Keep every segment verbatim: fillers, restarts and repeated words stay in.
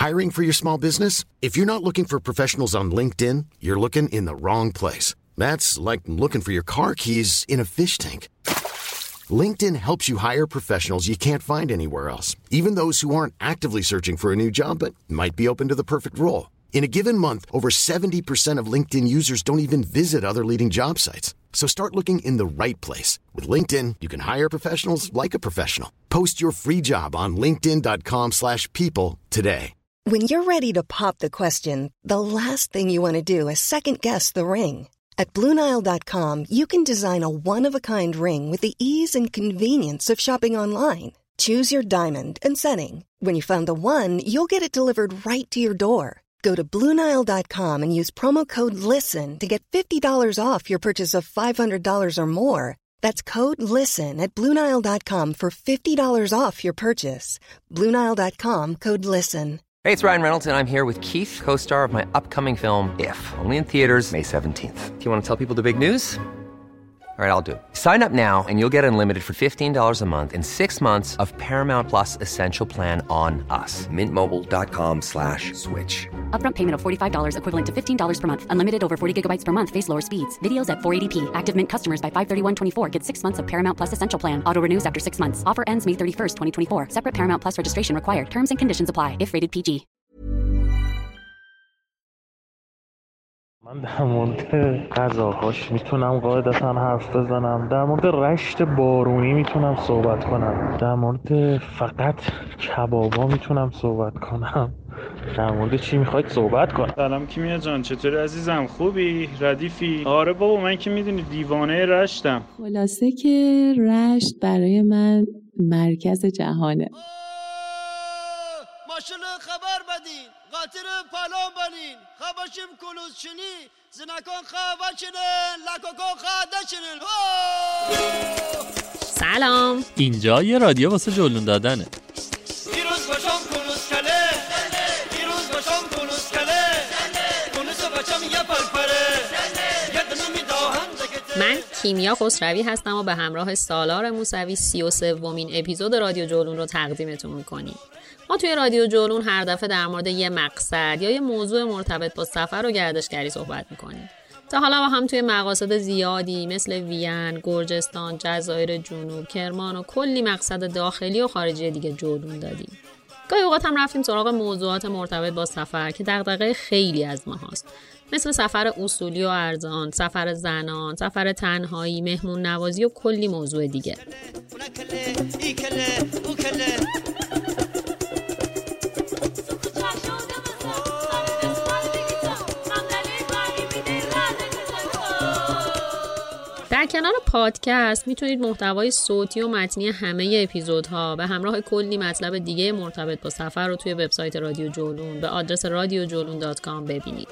Hiring for your small business? If you're not looking for professionals on LinkedIn, you're looking in the wrong place. That's like looking for your car keys in a fish tank. LinkedIn helps you hire professionals you can't find anywhere else, even those who aren't actively searching for a new job but might be open to the perfect role. In a given month, over seventy percent of LinkedIn users don't even visit other leading job sites. So start looking in the right place. With LinkedIn, you can hire professionals like a professional. Post your free job on linkedin dot com slash people today. When you're ready to pop the question, the last thing you want to do is second-guess the ring. At Blue Nile dot com, you can design a one-of-a-kind ring with the ease and convenience of shopping online. Choose your diamond and setting. When you find the one, you'll get it delivered right to your door. Go to blue nile dot com and use promo code LISTEN to get fifty dollars off your purchase of five hundred dollars or more. That's code LISTEN at blue nile dot com for fifty dollars off your purchase. blue nile dot com, code LISTEN. Hey, it's Ryan Reynolds, and I'm here with Keith, co-star of my upcoming film, If, only in theaters May seventeenth. Do you want to tell people the big news? All right, I'll do it. Sign up now and you'll get unlimited for fifteen dollars a month and six months of Paramount Plus Essential Plan on us. mint mobile dot com slash switch. Upfront payment of forty-five dollars equivalent to fifteen dollars per month. Unlimited over forty gigabytes per month. Face lower speeds. Videos at four eighty p. Active Mint customers by five thirty-one twenty-four get six months of Paramount Plus Essential Plan. Auto renews after six months. Offer ends May thirty-first, twenty twenty-four. Separate Paramount Plus registration required. Terms and conditions apply if rated پی جی. من در مورد غذاهاش میتونم قاعدتا حرف بزنم، در مورد رشت بارونی میتونم صحبت کنم، در مورد فقط کبابا میتونم صحبت کنم. در مورد چی میخواید صحبت کنم؟ سلام کیمیا جان، چطوری عزیزم؟ خوبی؟ ردیفی؟ آره بابا، من که میدونی دیوانه رشتم. خلاصه که رشت برای من مرکز جهانه. ماشاءالله خبر بدین، قاطر پالان بنین، خباشیم کلوز چنی، زنکان خواه چنن، لکاکان خواه چنن. سلام، اینجا یه رادیو واسه جلون دادنه. دیروز باشم کلوز کله، دیروز باشم کلوز کله، کلوز باشم یه پرپره، یه دنمی داهم دکته. من کیمیا خسروی هستم و به همراه سالار موسوی سی و سومین اپیزود رادیو جولون رو تقدیمتون میکنیم. ما توی رادیو جولون هر دفعه در مورد یه مقصد یا یه موضوع مرتبط با سفر و گردشگری صحبت میکنیم. تا حالا با هم توی مقاصد زیادی مثل وین، گرجستان، جزایر جنوب، کرمان و کلی مقصد داخلی و خارجی دیگه جولون دادیم. گاهی اوقات هم رفتیم سراغ موضوعات مرتبط با سفر که دغدغه خیلی از ما هست، مثل سفر اصولی و ارزان، سفر زنان، سفر تنهایی، مهمون نوازی و کلی موضوع دیگه. در کنار پادکست میتونید محتوای صوتی و متنی همه اپیزودها به همراه کلی مطلب دیگه مرتبط با سفر رو توی وبسایت رادیو جولون به آدرس رادیو جولون دات کام ببینید.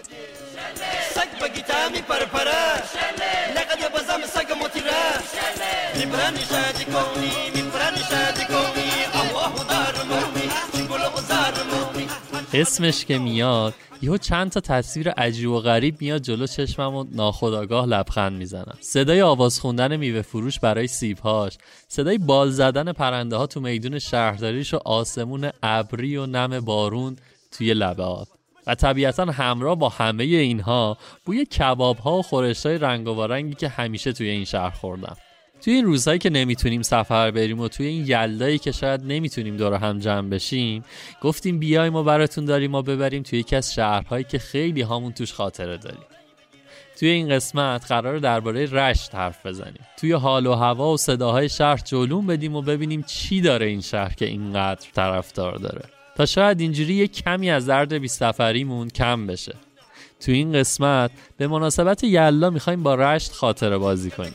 اسمش که میاد یهو چند تا تصویر عجیب و غریب میاد جلو چشمم و ناخودآگاه لبخند میزنم. صدای آواز خوندن میوه فروش برای سیبهاش، صدای بال زدن پرنده ها تو میدون شهرداریش و آسمون ابری و نم بارون توی لبه آب. و طبیعتا همراه با همه اینها بوی کباب ها و خورش های رنگ و رنگی که همیشه توی این شهر خوردم. توی این روزهایی که نمیتونیم سفر بریم و توی این یلدایی که شاید نمیتونیم دور هم جمع بشیم، گفتیم بیایم و براتون داریم و ببریم توی یکی از شهرهایی که خیلی هامون توش خاطره داریم. توی این قسمت قراره درباره رشت حرف بزنیم. توی حال و هوا و صداهای شهر جولون بدیم و ببینیم چی داره این شهر که اینقدر طرفدار داره، تا شاید اینجوری یک کمی از درد بی سفریمون کم بشه. توی این قسمت به مناسبت یلدا میخوایم با رشت خاطره بازی کنیم.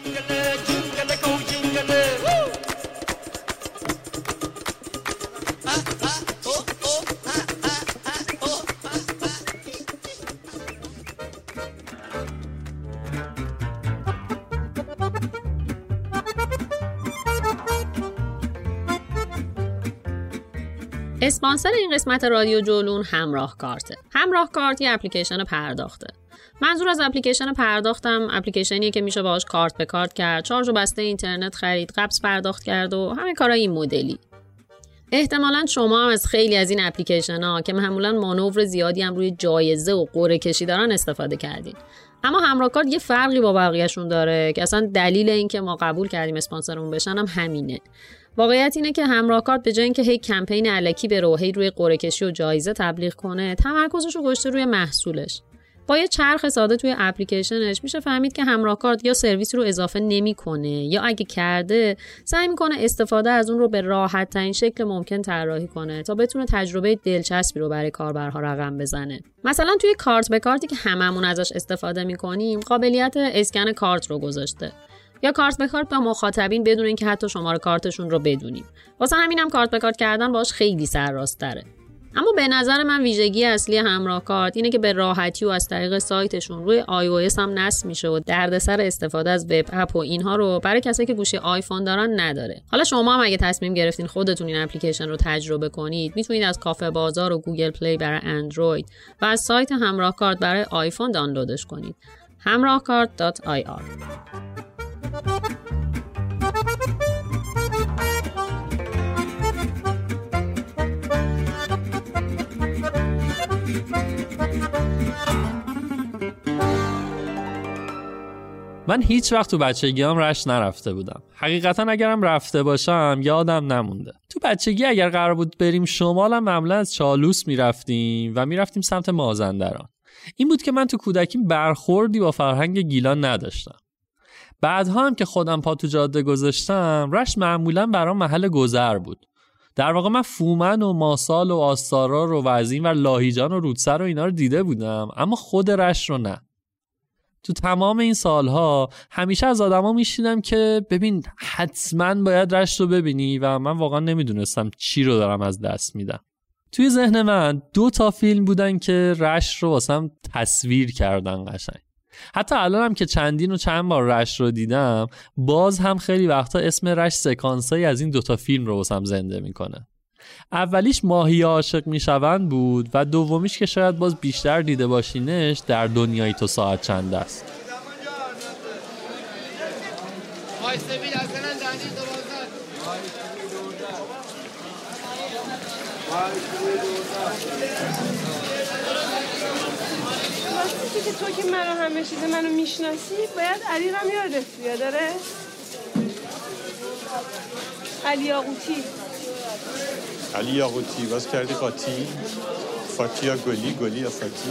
اسپانسر این قسمت رادیو جولون همراه کارته. همراه کارت یه اپلیکیشن پرداخته. منظور از اپلیکیشن پرداختم اپلیکیشنیه که میشه باهاش کارت به کارت کرد، شارژ و بسته اینترنت خرید، قبض پرداخت کرد و همه کارای این مدلی. احتمالاً شما هم از خیلی از این اپلیکیشن ها که معمولاً مانور زیادی هم روی جایزه و قرعه کشی دارن استفاده کردین. اما همراه کارت یه فرقی با بقیه‌شون داره که اصلا دلیل این که ما قبول کردیم اسپانسرمون بشن هم همینه. واقعیت اینه که همراه کارت به جای اینکه هی کمپین الکی بره و هی روی قرعه کشی و جایزه تبلیغ کنه، تمرکزش رو گذاشته روی محصولش. با یه چرخ ساده توی اپلیکیشنش میشه فهمید که همراه کارت یا سرویسی رو اضافه نمیکنه یا اگه کرده سعی میکنه استفاده از اون رو به راحت ترین شکل ممکن طراحی کنه تا بتونه تجربه دلچسبی رو برای کاربرها رقم بزنه. مثلا توی کارت به کارتی که هممون ازش استفاده میکنیم قابلیت اسکن کارت رو گذاشته، یا کارت به کارت با مخاطبین بدون اینکه حتی شماره کارتشون رو بدونیم. واسه همینم کارت به کارت کردن باهاش خیلی سرراست‌تره. اما به نظر من ویژگی اصلی همراه کارت اینه که به راحتی و از طریق سایتشون روی آی او اس هم نصب میشه و دردسر استفاده از وب اپ و اینها رو برای کسایی که گوشی آیفون دارن نداره. حالا شما هم اگه تصمیم گرفتین خودتون این اپلیکیشن رو تجربه کنید، میتونید از کافه بازار و گوگل پلی برای اندروید و از سایت همراه کارت برای آیفون دانلودش کنید. همراه کارت دات آی آر. من هیچ وقت تو بچگیام رشت نرفته بودم. حقیقتا اگرم رفته باشم یادم نمونده. تو بچگی اگر قرار بود بریم شمالم معمولا از چالوس میرفتیم و میرفتیم سمت مازندران. این بود که من تو کودکیم برخوردی با فرهنگ گیلان نداشتم. بعدها هم که خودم پا تو جاده گذاشتم، رشت معمولا برام محل گذر بود. در واقع من فومن و ماسال و آستارا رو و از این ور لاهیجان و رودسر و اینا رو دیده بودم، اما خود رشت رو نه. تو تمام این سالها همیشه از آدما میشنیدم که ببین حتما باید رشت رو ببینی و من واقعا نمیدونستم چی رو دارم از دست میدم. توی ذهن من دو تا فیلم بودن که رشت رو واسم تصویر کردن قشنگ. حتی الانم که چندین و چند بار رشت رو دیدم، باز هم خیلی وقتا اسم رشت سکانسایی از این دوتا فیلم رو واسم زنده میکنه. اولیش ماهی عاشق میشوند بود و دومیش که شاید باز بیشتر دیده باشینش در دنیای تو ساعت چند است. راستی که تو که منو همه چیز منو میشناسی باید علی رم یادت بیاد. داره علی آقوتی علی یاقوتی باز کردی قاطی فاتی یا گلی گلی یا فاتی.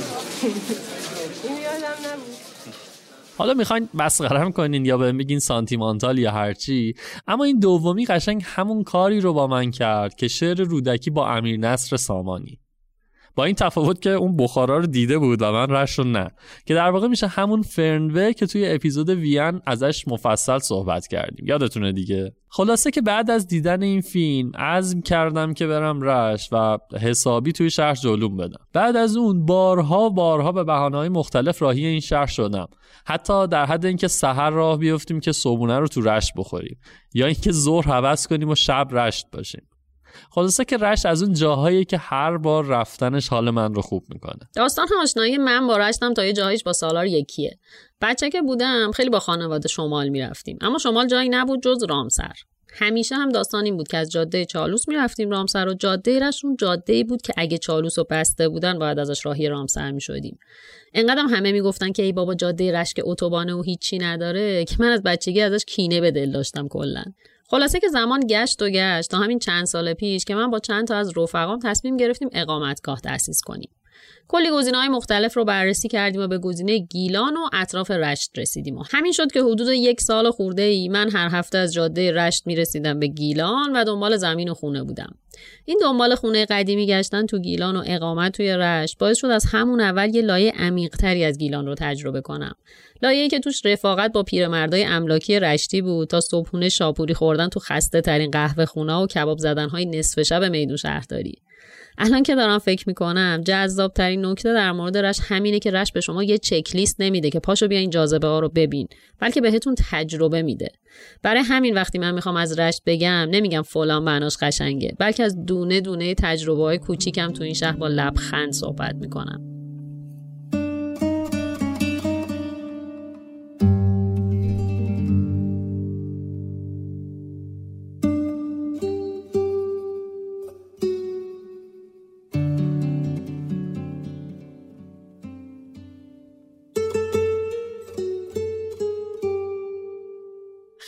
این یادم نبود. حالا میخواین مسخره‌ام کنین یا بهم بگین سانتیمانتال یا هرچی، اما این دومی قشنگ همون کاری رو با من کرد که شعر رودکی با امیر نصر سامانی. با این تفاوت که اون بخارا رو دیده بود و من رشت رو نه، که در واقع میشه همون فرنوه که توی اپیزود وین ازش مفصل صحبت کردیم، یادتونه دیگه. خلاصه که بعد از دیدن این فیلم عزم کردم که برم رشت و حسابی توی شهر جلوم بدم. بعد از اون بارها بارها به بهانه‌های مختلف راهی این شهر شدم، حتی در حد اینکه سحر راه بیافتیم که صبحونه رو تو رشت بخوریم یا اینکه ظهر هوس کنیم و شب رشت باشیم. خلاصه که رشت از اون جاهایی که هر بار رفتنش حال من رو خوب میکنه. داستان آشنایی من با رشتم تا یه جاهایش با سالار یکیه. بچه که بودم خیلی با خانواده شمال میرفتیم، اما شمال جایی نبود جز رامسر. همیشه هم داستان این بود که از جاده چالوس میرفتیم رامسر و جاده رشت اون جاده‌ای بود که اگه چالوس رو بسته بودن باید ازش راهی رامسر میشدیم. انقدرم همه میگفتن که ای بابا جاده رشت که اتوبانه و هیچی نداره که من از بچگی ازش کینه به دل داشتم کلا. خلاصه که زمان گشت و گشت تا همین چند سال پیش که من با چند تا از رفقام تصمیم گرفتیم اقامتگاه تأسیس کنیم. کلی گزینه‌های مختلف رو بررسی کردیم و به گزینه گیلان و اطراف رشت رسیدیم و همین شد که حدود یک سال خورده ای من هر هفته از جاده رشت میرسیدم به گیلان و دنبال زمین و خونه بودم. این دنبال خونه قدیمی گشتن تو گیلان و اقامت توی رشت باعث شد از همون اول یه لایه عمیق‌تری از گیلان رو تجربه کنم. لایه‌ای که توش رفاقت با پیرمردای املاکی رشتی بود تا صبحونه شاپوری خوردن تو خسته ترین قهوه خونه و کباب زدن‌های نصف شب میدون شهرداری. الان که دارم فکر میکنم جذاب ترین نکته در مورد رشت همینه که رشت به شما یه چک لیست نمیده که پاشو بیا این جاذبه ها رو ببین، بلکه بهتون تجربه میده. برای همین وقتی من میخوام از رشت بگم نمیگم فلان بناش قشنگه، بلکه از دونه دونه تجربه های کوچیکم تو این شهر با لبخند صحبت میکنم.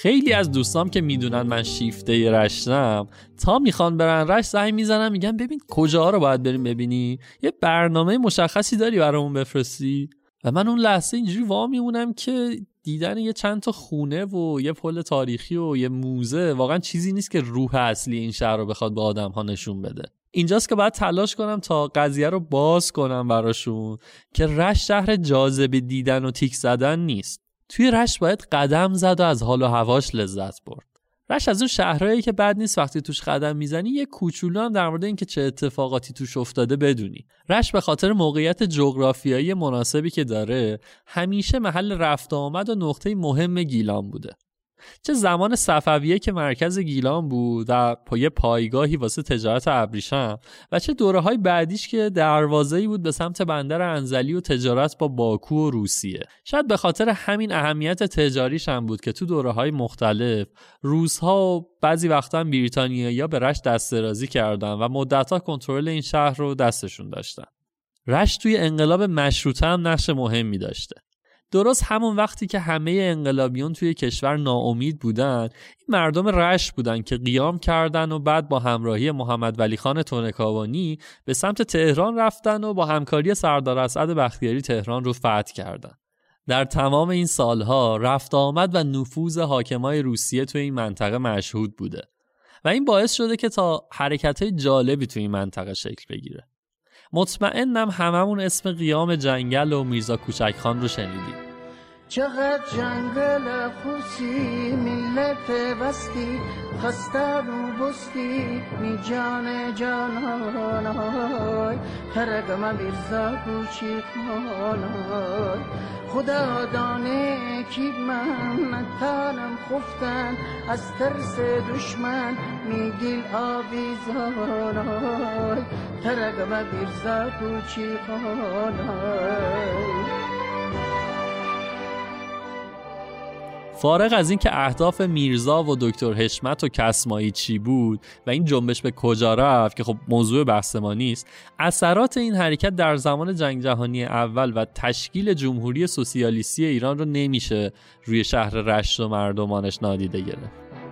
خیلی از دوستام که میدونن من شیفته رشتم تا میخوان برن رشت زنگ میزنن میگن ببین کجاها رو باید بریم ببینی، یه برنامه مشخصی داری برامون بفرستی؟ و من اون لحظه اینجوری وا میمونم که دیدن یه چند تا خونه و یه پل تاریخی و یه موزه واقعا چیزی نیست که روح اصلی این شهر رو بخواد به آدم‌ها نشون بده. اینجاست که باید تلاش کنم تا قضیه رو باز کنم براشون که رشت شهر جاذبه دیدن و تیک زدن نیست. توی رشت باید قدم زد و از حال و هواش لذت برد. رشت از اون شهرهایی که بد نیست وقتی توش قدم میزنی یه کوچولو هم در مورد این که چه اتفاقاتی توش افتاده بدونی. رشت به خاطر موقعیت جغرافیایی مناسبی که داره همیشه محل رفت و آمد و نقطه مهم گیلان بوده. چه زمان صفویه که مرکز گیلان بود و پای پایگاهی واسه تجارت ابریشم و چه دوره‌های بعدیش که دروازه‌ای بود به سمت بندر انزلی و تجارت با باکو و روسیه. شاید به خاطر همین اهمیت تجاریش هم بود که تو دوره‌های مختلف روس‌ها و بعضی وقتا هم بریتانیایی‌ها به رشت دست درازی کردن و مدت‌ها کنترل این شهر رو دستشون داشتن. رشت توی انقلاب مشروطه هم نقش مهمی داشته. درست همون وقتی که همه انقلابیون توی کشور ناامید بودن، این مردم رشت بودن که قیام کردن و بعد با همراهی محمد ولی خان تونکاوانی به سمت تهران رفتن و با همکاری سردار اسعد بختیاری تهران رو فتح کردن. در تمام این سالها رفت آمد و نفوذ حاکمای روسیه توی این منطقه مشهود بوده و این باعث شده که تا حرکت‌های جالبی توی این منطقه شکل بگیره. مطمئنم هممون اسم قیام جنگل و میرزا کوچک خان رو شنیدیم. چقدر جنگل خوشی ملت وستی خسته رو بستی می جان جانانای ترگم میرزا کوچک خانای خدا دانه کی من نتانم خفتن از ترس دشمن میگیل آویزانای ترگم میرزا کوچک خانای. فارغ از این که اهداف میرزا و دکتر حشمت و کسمایی چی بود و این جنبش به کجا رفت که خب موضوع بحث ما نیست، اثرات این حرکت در زمان جنگ جهانی اول و تشکیل جمهوری سوسیالیستی ایران رو نمیشه روی شهر رشت و مردمانش نادیده گرفت.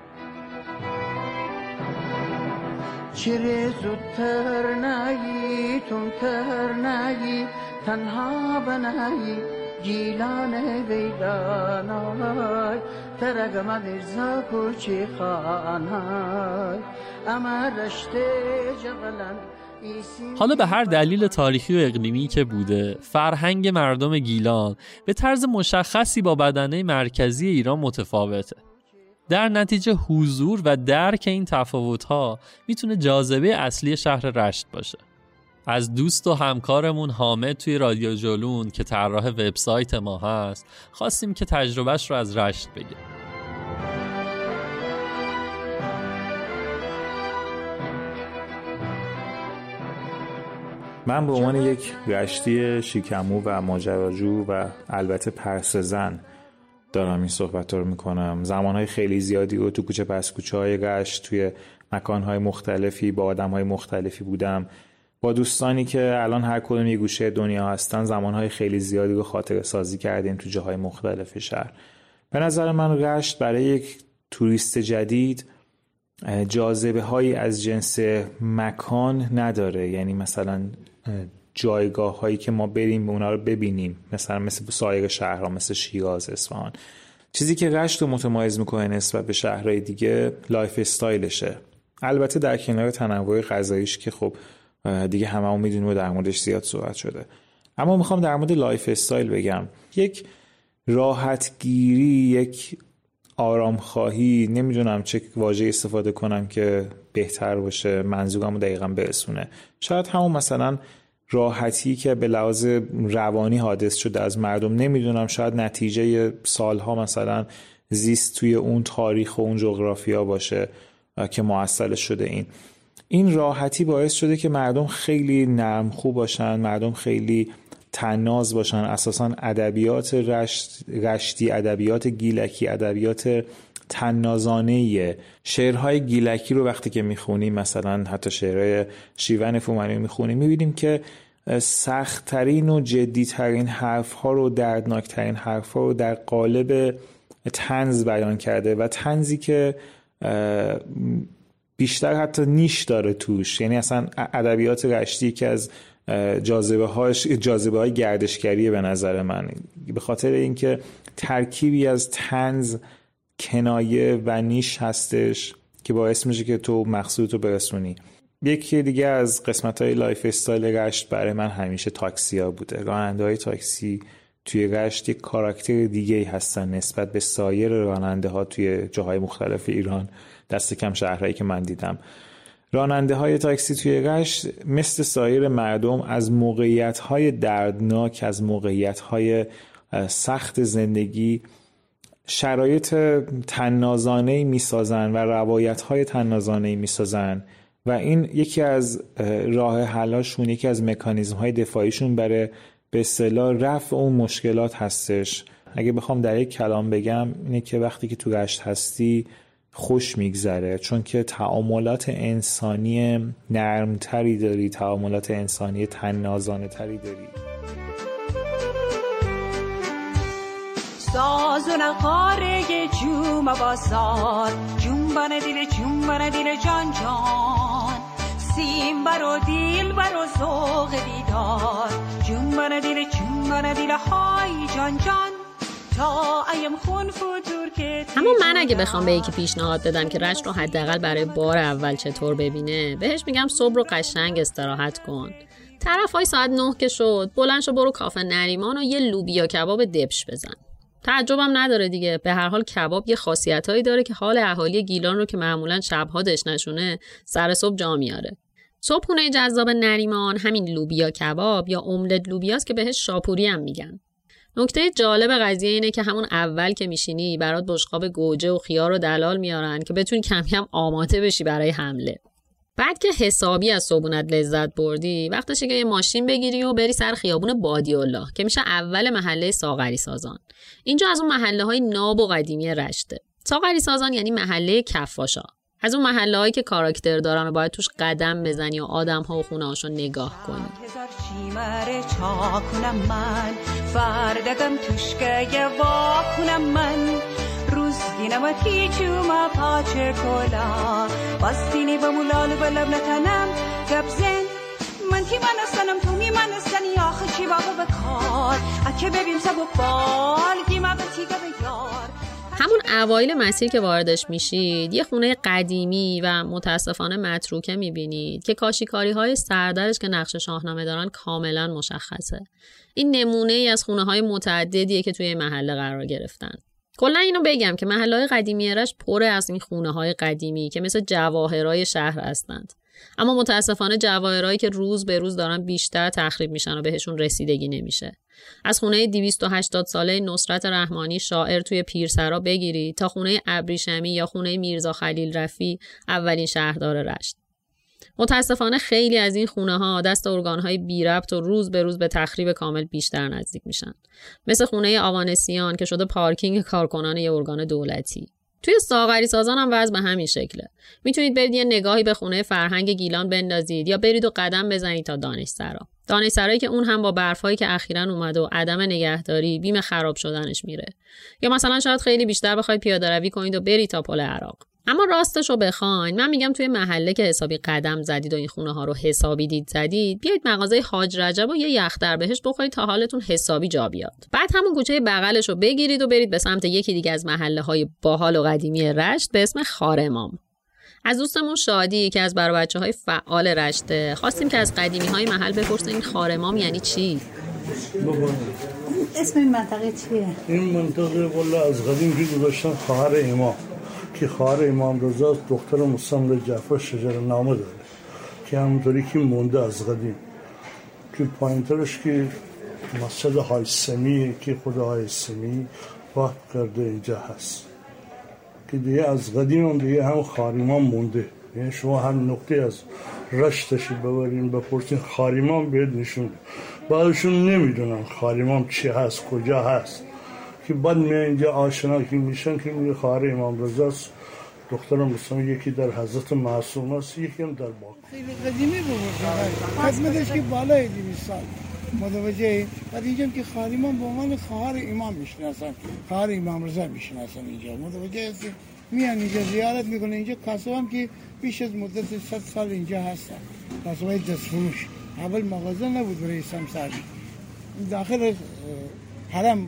چرا زودتر نایی تندتر نایی تنها بنایی گیلان ویدانای ترگم میرزا کوچک خانای اما رشته جبلن. حالا به هر دلیل تاریخی و اقلیمی که بوده، فرهنگ مردم گیلان به طرز مشخصی با بدنه مرکزی ایران متفاوته. در نتیجه حضور و درک این تفاوت‌ها میتونه جاذبه اصلی شهر رشت باشه. از دوست و همکارمون حامد توی رادیو جولون که طراح وبسایت ما هست خواستیم که تجربهش رو از رشت بگه. من به عنوان یک رشتی شیکمو و ماجراجو و البته پرسه‌زن دارم این صحبت رو میکنم. زمانهای خیلی زیادی رو تو کوچه پس کوچه های رشت توی مکانهای مختلفی با آدمهای مختلفی بودم، با دوستانی که الان هر کدوم یه گوشه دنیا هستن زمانهای خیلی زیادی رو خاطره سازی کردیم تو جاهای مختلف شهر. به نظر من رشت برای یک توریست جدید جاذبه هایی از جنس مکان نداره، یعنی مثلا جایگاه هایی که ما بریم اونا رو ببینیم، مثلا مثل سایر شهرها مثل شیراز، اصفهان. چیزی که رشت رو متمایز میکنه نسبت به شهرهای دیگه لایف استایلشه، البته در کنار تنوع غذاییش که خب دیگه هممون میدونیم و در موردش زیاد صحبت شده. اما میخوام در مورد لایف استایل بگم. یک راحت گیری، یک آرام خواهی، نمیدونم چه واژه استفاده کنم که بهتر باشه منظورمو دقیقاً برسونه. شاید همون مثلا راحتی که به لحاظ روانی حادث شده از مردم، نمیدونم، شاید نتیجه سالها مثلا زیست توی اون تاریخ و اون جغرافیا باشه که موصل شده. این این راحتی باعث شده که مردم خیلی نرم خو باشن، مردم خیلی طناز باشن. اساساً ادبیات رشت، رشتی، ادبیات گیلکی، ادبیات طنازانه‌ایه. شعرهای گیلکی رو وقتی که میخونیم، مثلا حتی شعرهای شیون فومنی میخونیم، میبینیم که سخت‌ترین و جدی‌ترین حرف‌ها رو، دردناک‌ترین حرف‌ها رو در قالب طنز بیان کرده و طنزی که بیشتر حتی نیش داره توش. یعنی اصلا ادبیات رشتی که از جاذبه هاش جاذبه های گردشگریه به نظر من، به خاطر اینکه ترکیبی از طنز، کنایه و نیش هستش که باعث میشه که تو مقصودتو برسونی. یکی دیگه از قسمت‌های لایف استایل رشت برای من همیشه تاکسی‌ها بوده. راننده‌های تاکسی توی رشت یک کاراکتر دیگه‌ای هستن نسبت به سایر راننده‌ها توی جاهای مختلف ایران، دست کم شهرهایی که من دیدم. راننده‌های تاکسی توی رشت مثل سایر مردم از موقعیت‌های دردناک، از موقعیت‌های سخت زندگی شرایط طنازانه‌ای می‌سازن و روایت‌های طنازانه‌ای می‌سازن و این یکی از راه حلاشون، یکی از مکانیزم‌های دفاعیشون برای به اصطلاح رفع اون مشکلات هستش. اگه بخوام در یک کلام بگم اینه که وقتی که تو رشت هستی خوش میگذره، چون که تعاملات انسانی نرمتری داری، تعاملات انسانی طنازانه تری داری. سازون قاره جوم بازار، جنبان دیل جنبان دیل جان جان، سیم برو دیل برو ذوق دیدار، جنبان دیل جنبان دیل های جان جان، تا ایم خون فتور که. اما من اگه بخوام به یکی پیشنهاد بدم که رشت رو حداقل برای بار اول چطور ببینه، بهش میگم صبح رو قشنگ استراحت کن. طرفای ساعت نه که شد بلند شو برو کافه نریمان و یه لوبیا کباب دبش بزن. تعجبم نداره دیگه، به هر حال کباب یه خاصیتایی داره که حال اهالی گیلان رو که معمولاً شب‌ها دشنشونه سر صبح جا میاره. صبحونه جذاب نریمان همین لوبیا کباب یا املت لوبیاست که بهش شاپوری هم میگن. نکته جالب قضیه اینه که همون اول که میشینی برات بشقاب گوجه و خیار و دلال میارن که بتونی کم کم آماده بشی برای حمله. بعد که حسابی از صبحونت لذت بردی، وقتشه که یه ماشین بگیری و بری سر خیابون بادی‌الله که میشه اول محله ساغری سازان. اینجا از اون محله های ناب و قدیمی رشته. ساغری سازان یعنی محله کفاشا. از اون محله هایی که کاراکتر دارن و باید توش قدم بزنی و آدم ها و خونه هاشون نگاه کنی. هزار چیمر چا کنم من، فردگم توشگه وا کنم من، روز دینم تیچوما پاچه کلا، باستینی با مولال بلب نتنم گبزن، من تی من استنم تو می من استنی آخه چی بابا بکار، اکه ببیم سبو بال گیما به تیگه بیار. همون اوایل مسیر که واردش میشید یه خونه قدیمی و متاسفانه متروکه میبینید که کاشیکاری های سردرش که نقش شاهنامه دارن کاملا مشخصه. این نمونه ای از خونه های متعددیه که توی محله قرار گرفتن. کلا اینو بگم که محله‌های قدیمی رشت پر از این خونه‌های قدیمی که مثل جواهرای شهر هستند. اما متاسفانه جواهرایی که روز به روز دارن بیشتر تخریب میشن و بهشون رسیدگی نمیشه. از خونه دویست و هشتاد ساله نصرت رحمانی شاعر توی پیرسرا بگیری تا خونه ابریشمی یا خونه میرزا خلیل رفی اولین شهردار رشت. متاسفانه خیلی از این خونه ها دست ارگان‌های بی ربط و روز به روز به تخریب کامل بیشتر نزدیک میشن. مثل خونه آوانسیان که شده پارکینگ کارکنان یه ارگان دولتی. توی ساغری سازان هم وضع به همین شکله. میتونید برید یه نگاهی به خونه فرهنگ گیلان بندازید یا برید و قدم بزنید تا دانشسرا. دانشسرایی که اون هم با برفایی که اخیراً اومده و عدم نگهداری بیم خراب شدنش میره. یا مثلا شاید خیلی بیشتر بخواید پیاده روی کنید و برید تا پل عراق. اما راستشو بخواین من میگم توی محله که حسابی قدم زدید و این خونه ها رو حسابی دید زدید، بیایید مغازه حاج رجب و یه یخ در بهش بخورید تا حالتون حسابی جا بیاد. بعد همون کوچه بغلش رو بگیرید و برید به سمت یکی دیگه از محله های باحال و قدیمی رشت به اسم خار امام. از دوستمون شادی که از برای بچه‌های فعال رشته خواستیم که از قدیمی های محل بپرسه این خار امام یعنی چی؟ بابا اسم این منطقه چیه؟ این منطقه والا از قدیم که گذاشتن خار امام که خواهر امام رضا دختر مصمم جعفر شجر نامه داره که همونطوری که مونده از قدیم، که پایینترش که مسجد هایسمی که خدا هایسمی وقت کرده اینجا هست که دیگه از قدیم هم دیگه هم خواهر امام مونده. یعنی شما هر نقطه از رشتشی ببرین بپرسین خواهر امام بهت نشون بعدشون نمیدونن خواهر امام چی هست کجا هست، که بعد می اینجا آشنا که میشن که میگه خواهر امام رضاست دختر مسلم، یکی در حضرت معصوم است یکی هم در باک. خیلی قدیمی بود خدمتش که بالای دویست سال متوجه. بعد اینجا که خادمان به عنوان خواهر امام میشناسن، خواهر امام رضا میشناسن اینجا، متوجه هستی؟ میان اینجا زیارت میکنن. اینجا کاسب هم که بیش از مدت صد سال اینجا هستن، کاسبای دستفروش. اول مغازه نبود برای سمساری، داخل حرم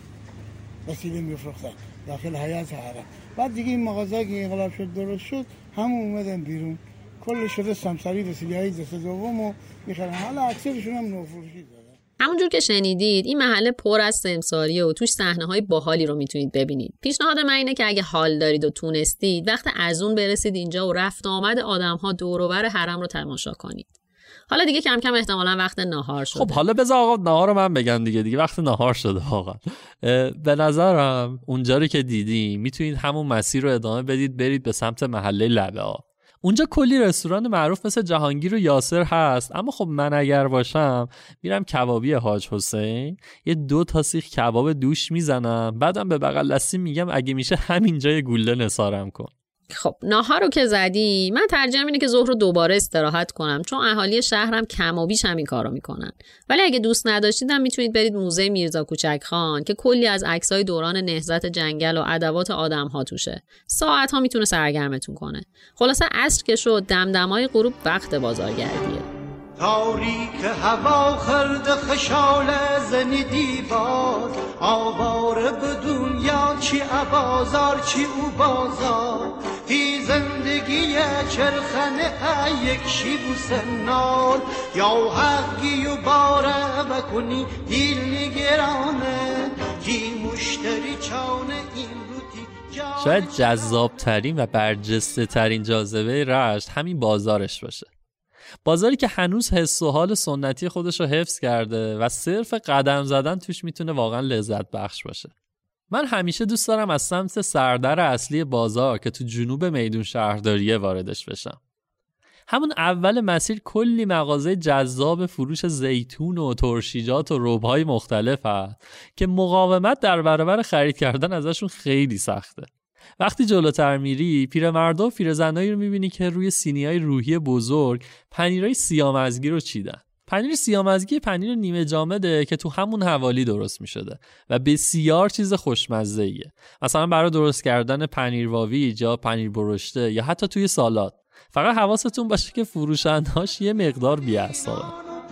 وسیله میفروختن، داخل حیات حرم. بعد دیگه این مغازه که انقلاب شد درست شد، همون اومدن بیرون، کل شده سمساری وسیله های دست دوم و میخرن. حالا اکثرشون هم نوفروشی دارن. همونجور که شنیدید این محله پر از سمساریه و توش صحنه‌های باحالی رو میتونید ببینید. پیشنهاد من اینه که اگه حال دارید و تونستید وقت از اون برسید اینجا و رفت آمد آدم‌ها دور و بر حرم رو تماشا کنید. حالا دیگه کم کم احتمالاً وقت ناهار شده. خب حالا بذار آقا ناهار رو من بگم دیگه دیگه وقت ناهار شده واقعا. به نظرم اونجا رو که دیدیم میتونید همون مسیر رو ادامه بدید، برید به سمت محله لبه آب. اونجا کلی رستوران معروف مثل جهانگیر و یاسر هست، اما خب من اگر باشم میرم کبابی حاج حسین، یه دو تا سیخ کباب دوش میزنم، بعدم به بغل دستی میگم اگه میشه همینجا یه گوله نثارم کن. خب ناهار رو که زدی، من ترجیحم اینه که ظهر رو دوباره استراحت کنم، چون اهالی شهرم کم و بیش همین کارو میکنن. ولی اگه دوست نداشتید هم میتونید برید موزه میرزا کوچک خان که کلی از عکسای دوران نهضت جنگل و ادوات آدم‌ها توشه. ساعت‌ها میتونه سرگرمتون کنه. خلاصه عصر که شد، دمدمای غروب وقت بازارگردیه. تاریک هوا خرد خشال زنی دیوار، آواره به دنیا چی بازار چی او بازار، تی زندگی چرخنه یک شیب و سنال، یا حقی و باره بکنی دیل نگرانه، تی مشتری چانه این روتی جانه. شاید جذابترین و برجسته ترین جاذبه رشت همین بازارش باشه. بازاری که هنوز حس و حال سنتی خودش رو حفظ کرده و صرف قدم زدن توش میتونه واقعا لذت بخش باشه. من همیشه دوست دارم از سمت سردر اصلی بازار که تو جنوب میدون شهرداریه واردش بشم. همون اول مسیر کلی مغازه جذاب فروش زیتون و ترشیجات و رب‌های مختلف هست که مقاومت در برابر خرید کردن ازشون خیلی سخته. وقتی جلوتر میری پیرمردا و پیرزنایی رو میبینی که روی سینی‌های روحی بزرگ پنیرای سیامزگی رو چیدن. پنیر سیامزگی پنیر نیمه جامده که تو همون حوالی درست میشده و بسیار چیز خوشمزه‌ایه. مثلا برای درست کردن پنیر واویج یا پنیر برشته یا حتی توی سالاد. فقط حواستون باشه که فروشندهاش یه مقدار بی‌عصابن.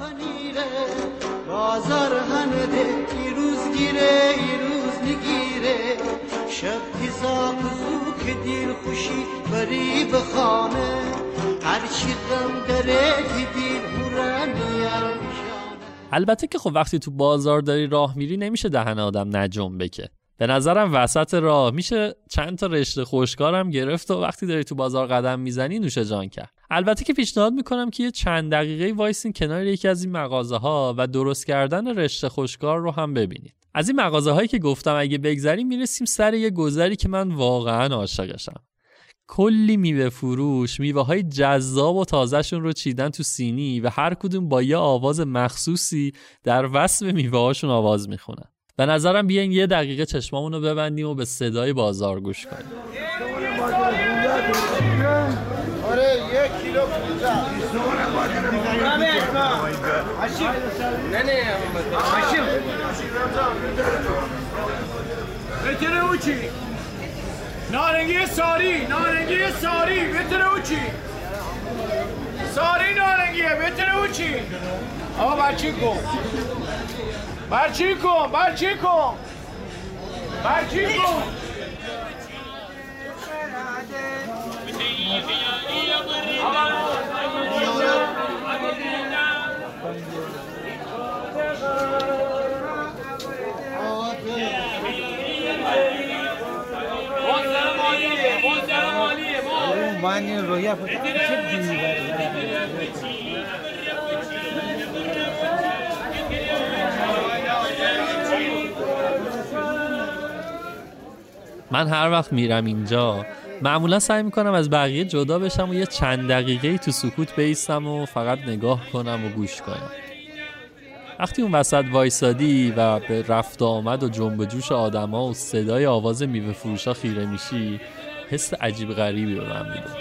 بازار هنده روز گیره روز نگیره، شب تیزا بزو که دل خوشی بری بخانه، هرچی غم داره دیدین هورانیار. البته که خب وقتی تو بازار داری راه میری نمیشه دهن آدم نجنبه که. به نظرم وسط راه میشه چند تا رشته خشکارم گرفت و وقتی داری تو بازار قدم میزنی نوش جان کرد. البته که پیشنهاد میکنم که یه چند دقیقه وایسین کنار یکی از این مغازه ها و درست کردن رشته خشکار رو هم ببینید. از این مغازه هایی که گفتم اگه بگذریم میرسیم سر یه گذری که من واقعا عاشقشم. کلی میوه فروش، میوه های جذاب و تازهشون رو چیدن تو سینی و هر کدوم با یه آواز مخصوصی در وصف میوه هاشون آواز میخونن. به نظرم بیاین یه دقیقه چشمامون رو ببندیم و به صدای بازار گوش کنیم. آره یک کیلو پونزه نه نه هاشم بتره اوچی نارنگی ساری نارنگی ساری بتره اوچی ساری نارنگیه بتره اوچی آقا برچی کن برچی کن برچی کن برچی کن من رویا من هر وقت میرم اینجا معمولا سعی میکنم از بقیه جدا بشم و یه چند دقیقه تو سکوت بایستم و فقط نگاه کنم و گوش کنم. وقتی اون وسط وایسادی و به رفت آمد و جنب و جوش آدما و صدای آواز میوه فروشا خیره میشی، حس عجیب غریبی به من میده.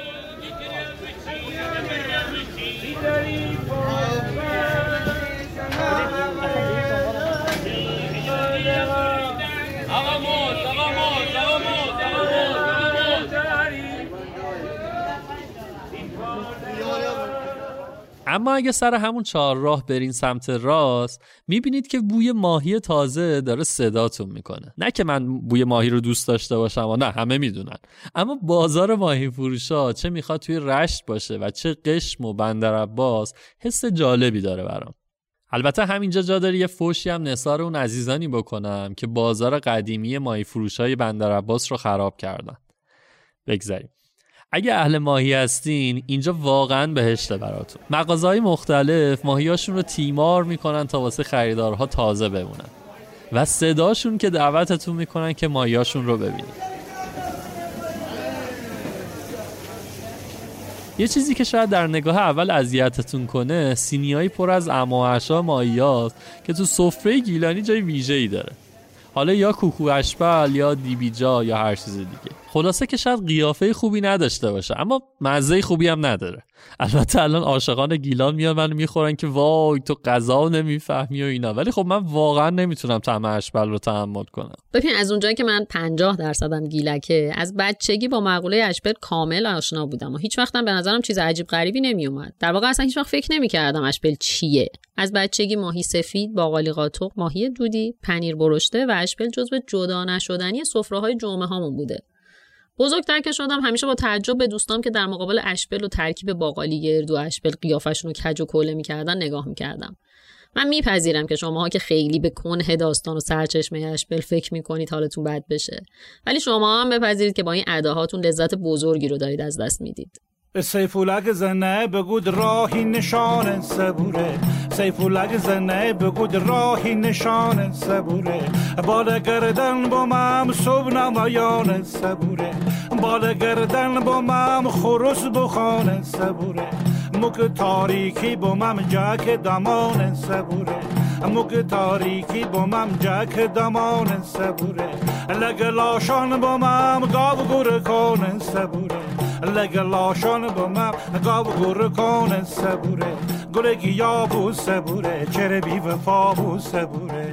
اما اگه سر همون چهارراه برین سمت راست میبینید که بوی ماهی تازه داره صداتون میکنه. نه که من بوی ماهی رو دوست داشته باشم و نه، همه میدونن، اما بازار ماهی فروشا چه میخواد توی رشت باشه و چه قشم و بندرعباس حس جالبی داره برام. البته همینجا جا داره یه فوشی هم نثار اون عزیزانی بکنم که بازار قدیمی ماهی فروشای بندرعباس رو خراب کردن. بگذاریم. اگه اهل ماهی هستین اینجا واقعا بهشته براتون. مغازه‌های مختلف ماهیاشون رو تیمار میکنن تا واسه خریدارها تازه بمونن و صداشون که دعوتتون میکنن که ماهیاشون رو ببینید. یه چیزی که شاید در نگاه اول اذیتتون کنه سینیایی پر از اماعشا ماهیاست که تو سفره گیلانی جای ویژه‌ای داره. حالا یا کوکو اشبل یا دیبیجا یا هر چیز دیگه. خلاصه که شاید قیافه خوبی نداشته باشه اما مزه خوبی هم نداره. البته الان عاشقان گیلان میان منو میخورن که وای تو غذا نمیفهمی و اینا، ولی خب من واقعا نمیتونم طعم اشبل رو تحمل کنم. ببین از اونجایی که من پنجاه درصدم گیلکه، از بچگی با مقوله اشبل کامل آشنا بودم و هیچ وقتم به نظرم چیز عجیب غریبی نمیومد. در واقع اصلا هیچ وقت فکر نمیکردم اشبل چیه. از بچگی ماهی سفید، باقالی قاطق، ماهی دودی، پنیر برشته و اشبل جزو جدا نشدنی سفره‌های جمعه هامون بوده. بزرگتر که شدم همیشه با تعجب به دوستام که در مقابل اشبل و ترکیب باقالی گرد و اشبل قیافشون رو کج و کوله می‌کردن نگاه می‌کردم. من میپذیرم که شماها که خیلی به کنه داستان و سرچشمه اشبل فکر میکنید حالتون بد بشه، ولی شما هم بپذیرید که با این اداهاتون لذت بزرگی رو دارید از دست میدید. سیفولک زنه بگود راهی نشان صبوره، سیفولک زنه بگود راهی نشان صبوره، بالا گردن با مام صبح نمایان صبوره، بالا گردن با مام خروس بخان صبوره، مک تاریکی با مام جاک دامان صبوره، مک تاریکی با مام جاک دامان صبوره، لگلاشان با مام گاو گور کون صبوره، لگلاشان با مام گاو گور کون صبوره، گل گیا بو صبوره، چر بی وفا بو صبوره،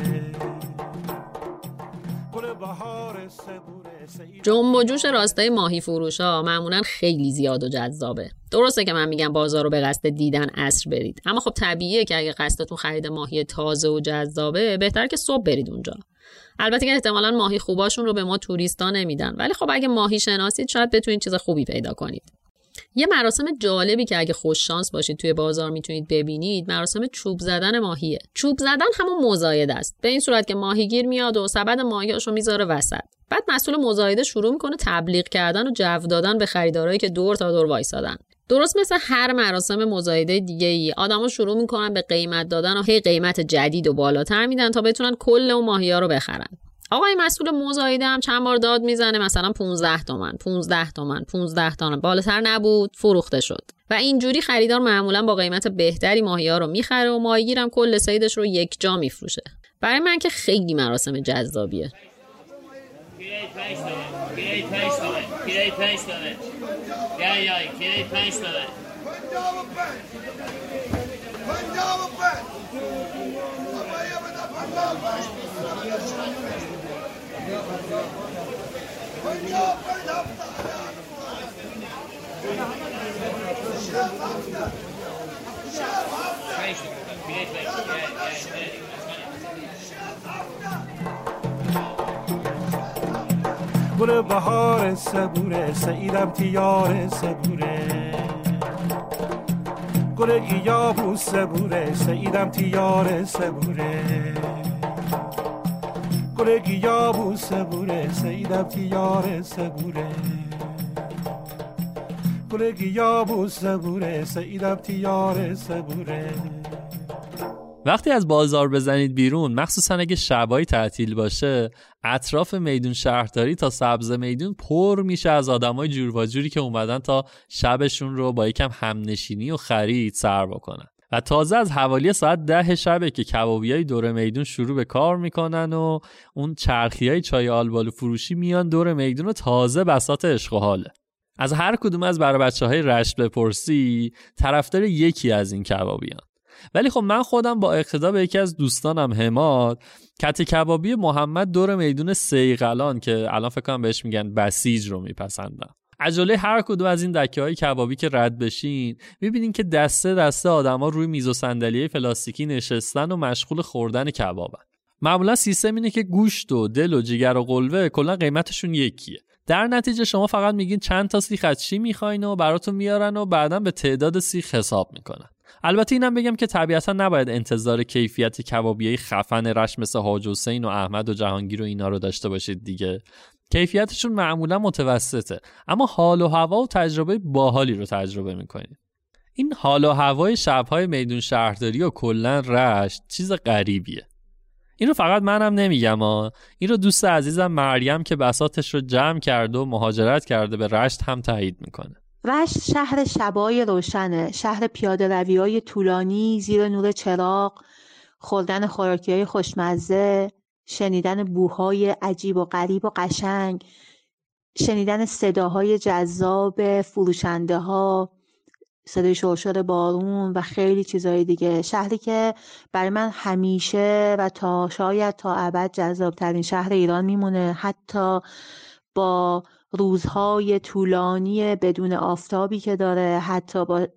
گل بهار صبوره. جنب و جوش راستای ماهی فروشا معمولا خیلی زیاد و جذابه. درسته که من میگم بازار رو به قصد دیدن عصر برید، اما خب طبیعیه که اگه قصدتون خرید ماهی تازه و جذابه بهتر که صبح برید اونجا. البته که احتمالاً ماهی خوباشون رو به ما توریستا نمیدن، ولی خب اگه ماهی شناسید شاید بتونید چیز خوبی پیدا کنید. یه مراسم جالبی که اگه خوش شانس باشید توی بازار میتونید ببینید مراسم چوب زدن ماهیه. چوب زدن همون مزایده است، به این صورت که ماهیگیر میاد و سبد ماهیاشو میذاره وسط، بعد مسئول مزایده شروع میکنه تبلیغ کردن و جو دادن به خریدارایی که دور تا دور وایسادن. درست مثل هر مراسم مزایده دیگه ای آدما شروع میکنن به قیمت دادن و هی قیمت جدید و بالاتر میدن تا بتونن کل اون ماهی‌ها رو بخرن. آقای مسئول مزایده هم چند بار داد میزنه، مثلا پانزده تومن، پانزده تومن، پانزده تومن، بالاتر نبود فروخته شد و اینجوری خریدار معمولا با قیمت بهتری ماهی‌ها رو میخره و ماهیگیر هم کل صیدش رو یک جا میفروشه. برای من که خیلی مراسم جذابیه. گل بهار صبوره، سعیدم تیار صبوره، گل گیاه صبوره، سعیدم تیار صبوره، گل گیاه صبوره، سعیدم تیار صبوره، گل گیاه صبوره، سعیدم تیار صبوره. وقتی از بازار بزنید بیرون، مخصوصا اگه شبای تعطیل باشه، اطراف میدون شهرداری تا سبز میدون پر میشه از آدمای جور و جوری که اومدن تا شبشون رو با یکم همنشینی و خرید سر بکنن. و تازه از حوالی ساعت ده شبه که کبابیای دور میدون شروع به کار میکنن و اون چرخیای چای آلبالو فروشی میان دور میدون و تازه بساط عشق و حاله. از هر کدوم از برای بچه‌های رشت بپرسی، طرفدار یکی از این کبابیان. ولی خب من خودم با اقتدا به یکی از دوستانم حماد کت کبابی محمد دور میدون سیغلان که الان فکر کنم بهش میگن بسیج رو میپسندم. عجله هر کدوم از این دکه‌های کبابی که رد بشین می‌بینین که دسته دسته آدما روی میز و صندلی پلاستیکی نشستن و مشغول خوردن کبابن. معمولا سیستم اینه که گوشت و دل و جگر و قلوه کلا قیمتشون یکیه. در نتیجه شما فقط میگین چند تا سیخ از چی میخواین و براتون میارن و بعداً به تعداد سیخ حساب میکنن. البته اینم بگم که طبیعتا نباید انتظار کیفیت کبابیای خفن رشت مثل حاج حسین و احمد و جهانگیر و اینا رو داشته باشید دیگه. کیفیتشون معمولا متوسطه، اما حال و هوا و تجربه باحالی رو تجربه میکنید. این حال و هوای شب‌های میدون شهرداری و کلا رشت چیز غریبیه. این رو فقط منم نمیگم ها، این رو دوست عزیزم مریم که بساطش رو جمع کرده و مهاجرت کرده به رشت هم تایید میکنه. رشت شهر شبای روشنه، شهر پیاده روی‌های طولانی زیر نور چراغ، خوردن خوراکی‌های خوشمزه، شنیدن بوهای عجیب و غریب و قشنگ، شنیدن صداهای جذاب فروشنده ها، صدای شرشر بارون و خیلی چیزهای دیگه. شهری که برای من همیشه و تا شاید تا ابد جذابترین شهر ایران میمونه، حتی با روزهای طولانی بدون آفتابی که داره، حتی با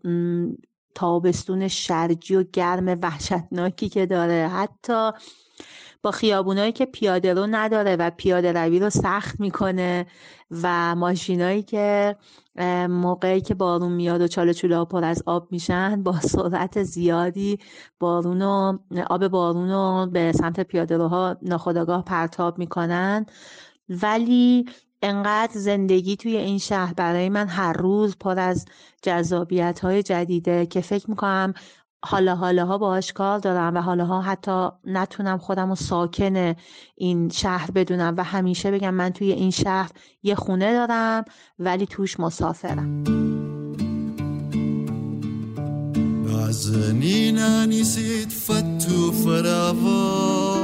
تابستون شرجی و گرم وحشتناکی که داره، حتی با خیابونایی که پیاده رو نداره و پیاده روی رو سخت میکنه و ماشینایی که موقعی که بارون میاد و چاله چوله ها پر از آب میشن با سرعت زیادی بارون و آب بارون رو به سمت پیاده روها ناخودآگاه پرتاب میکنن. ولی انقدر زندگی توی این شهر برای من هر روز پر از جذابیت های جدیده که فکر میکنم حالا حالاها باهاش کار دارم و حالاها حتی نتونم خودم رو ساکن این شهر بدونم و همیشه بگم من توی این شهر یه خونه دارم ولی توش مسافرم. نازنینه نیست فتو فراوا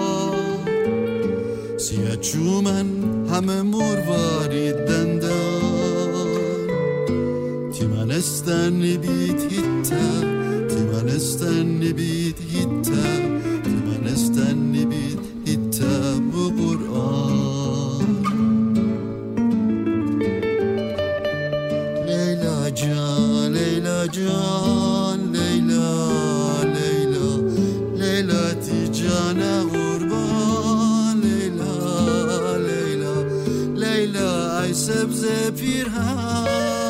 سیاه چومن همه مرواری دندان تیمانستن بیت هیتا تیمانستن بیت هیتا تیمانستن بیت هیتا بو قرآن لیلا جان لیلا جان لیلا لیلا لیلا تی جان قربان لیلا لیلا لیلا ای سبز پیرهن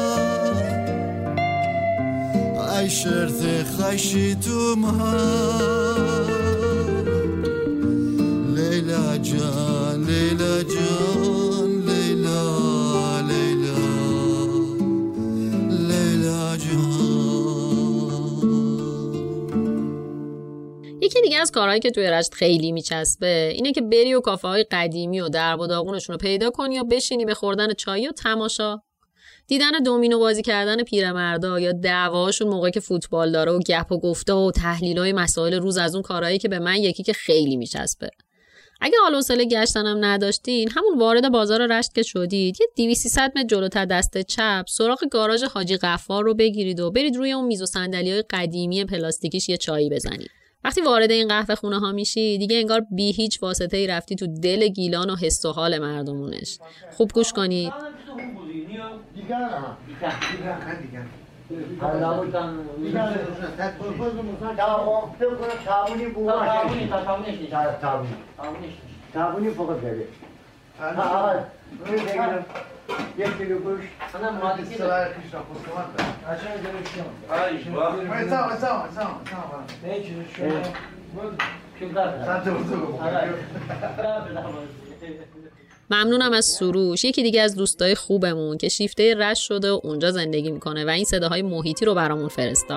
ای شرط خشی تو مهار لیلا جان لیلا جان لیلا لیلا لیلا جان. یکی دیگه از کارهایی که توی رشت خیلی میچسبه اینه که بری و کافه های قدیمی و درب و داغونشون رو پیدا کنی یا بشینی به خوردن چای و تماشا، دیدن دومینو بازی کردن پیرمردا یا دعواشون موقعی که فوتبال داره و گپ و گفته و تحلیلای مسائل روز، از اون کارهایی که به من یکی که خیلی میچسبه. اگه حال و حوصله گشتنم نداشتین، همون وارد بازار رشت که شدید، یه دویست سیصد متر جلوتر دست چپ سراغ گاراژ حاجی غفار رو بگیرید و برید روی اون میز و صندلی‌های قدیمی پلاستیکیش یه چایی بزنید. وقتی وارد این قهوه خونه ها میشی دیگه انگار بی هیچ واسطه‌ای رفتی تو دل گیلان و حس و حال مردمونش. خوب گوش کنید. یک کیلو گوشت انا مالکی سوار کیش اخو سوار عشان جلوشون ايوه ما يساوي يساوي يساوي يساوي هيك شو شو ممنونم از سروش، یکی دیگه از دوستای خوبمون که شیفته رشت شده و اونجا زندگی میکنه و این صداهای محیطی رو برامون فرستاد.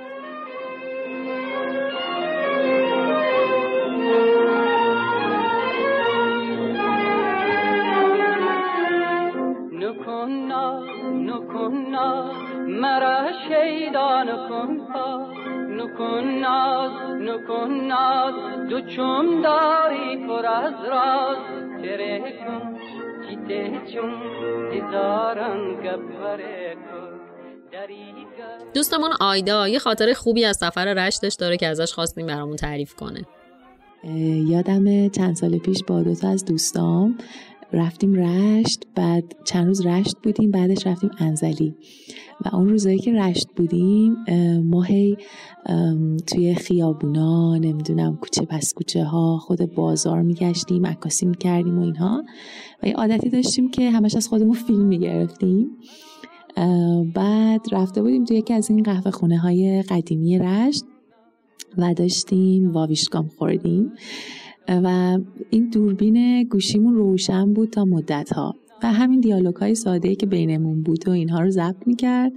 مرا شیدا نکن پا نکن ناز نکن ناز دو چوم داری پر از راز تره کن چیته چون هزاران گبره کن. دوستمون آیدا یه خاطره خوبی از سفر رشتش داره که ازش خواستیم برامون تعریف کنه. یادم چند سال پیش با دو تا از دوستام رفتیم رشت، بعد چند روز رشت بودیم، بعدش رفتیم انزلی و اون روزایی که رشت بودیم ما هی توی خیابونا، نمیدونم کوچه پس کوچه ها، خود بازار میگشتیم، عکاسی میکردیم و اینها و یه عادتی داشتیم که همش از خودمون فیلم میگرفتیم. بعد رفته بودیم توی یکی از این قهوه خونه های قدیمی رشت و داشتیم واویشکام خوردیم و این دوربین گوشیمون روشن بود تا مدت ها و همین دیالوگ های ساده‌ای که بینمون بود و اینها رو ضبط میکرد.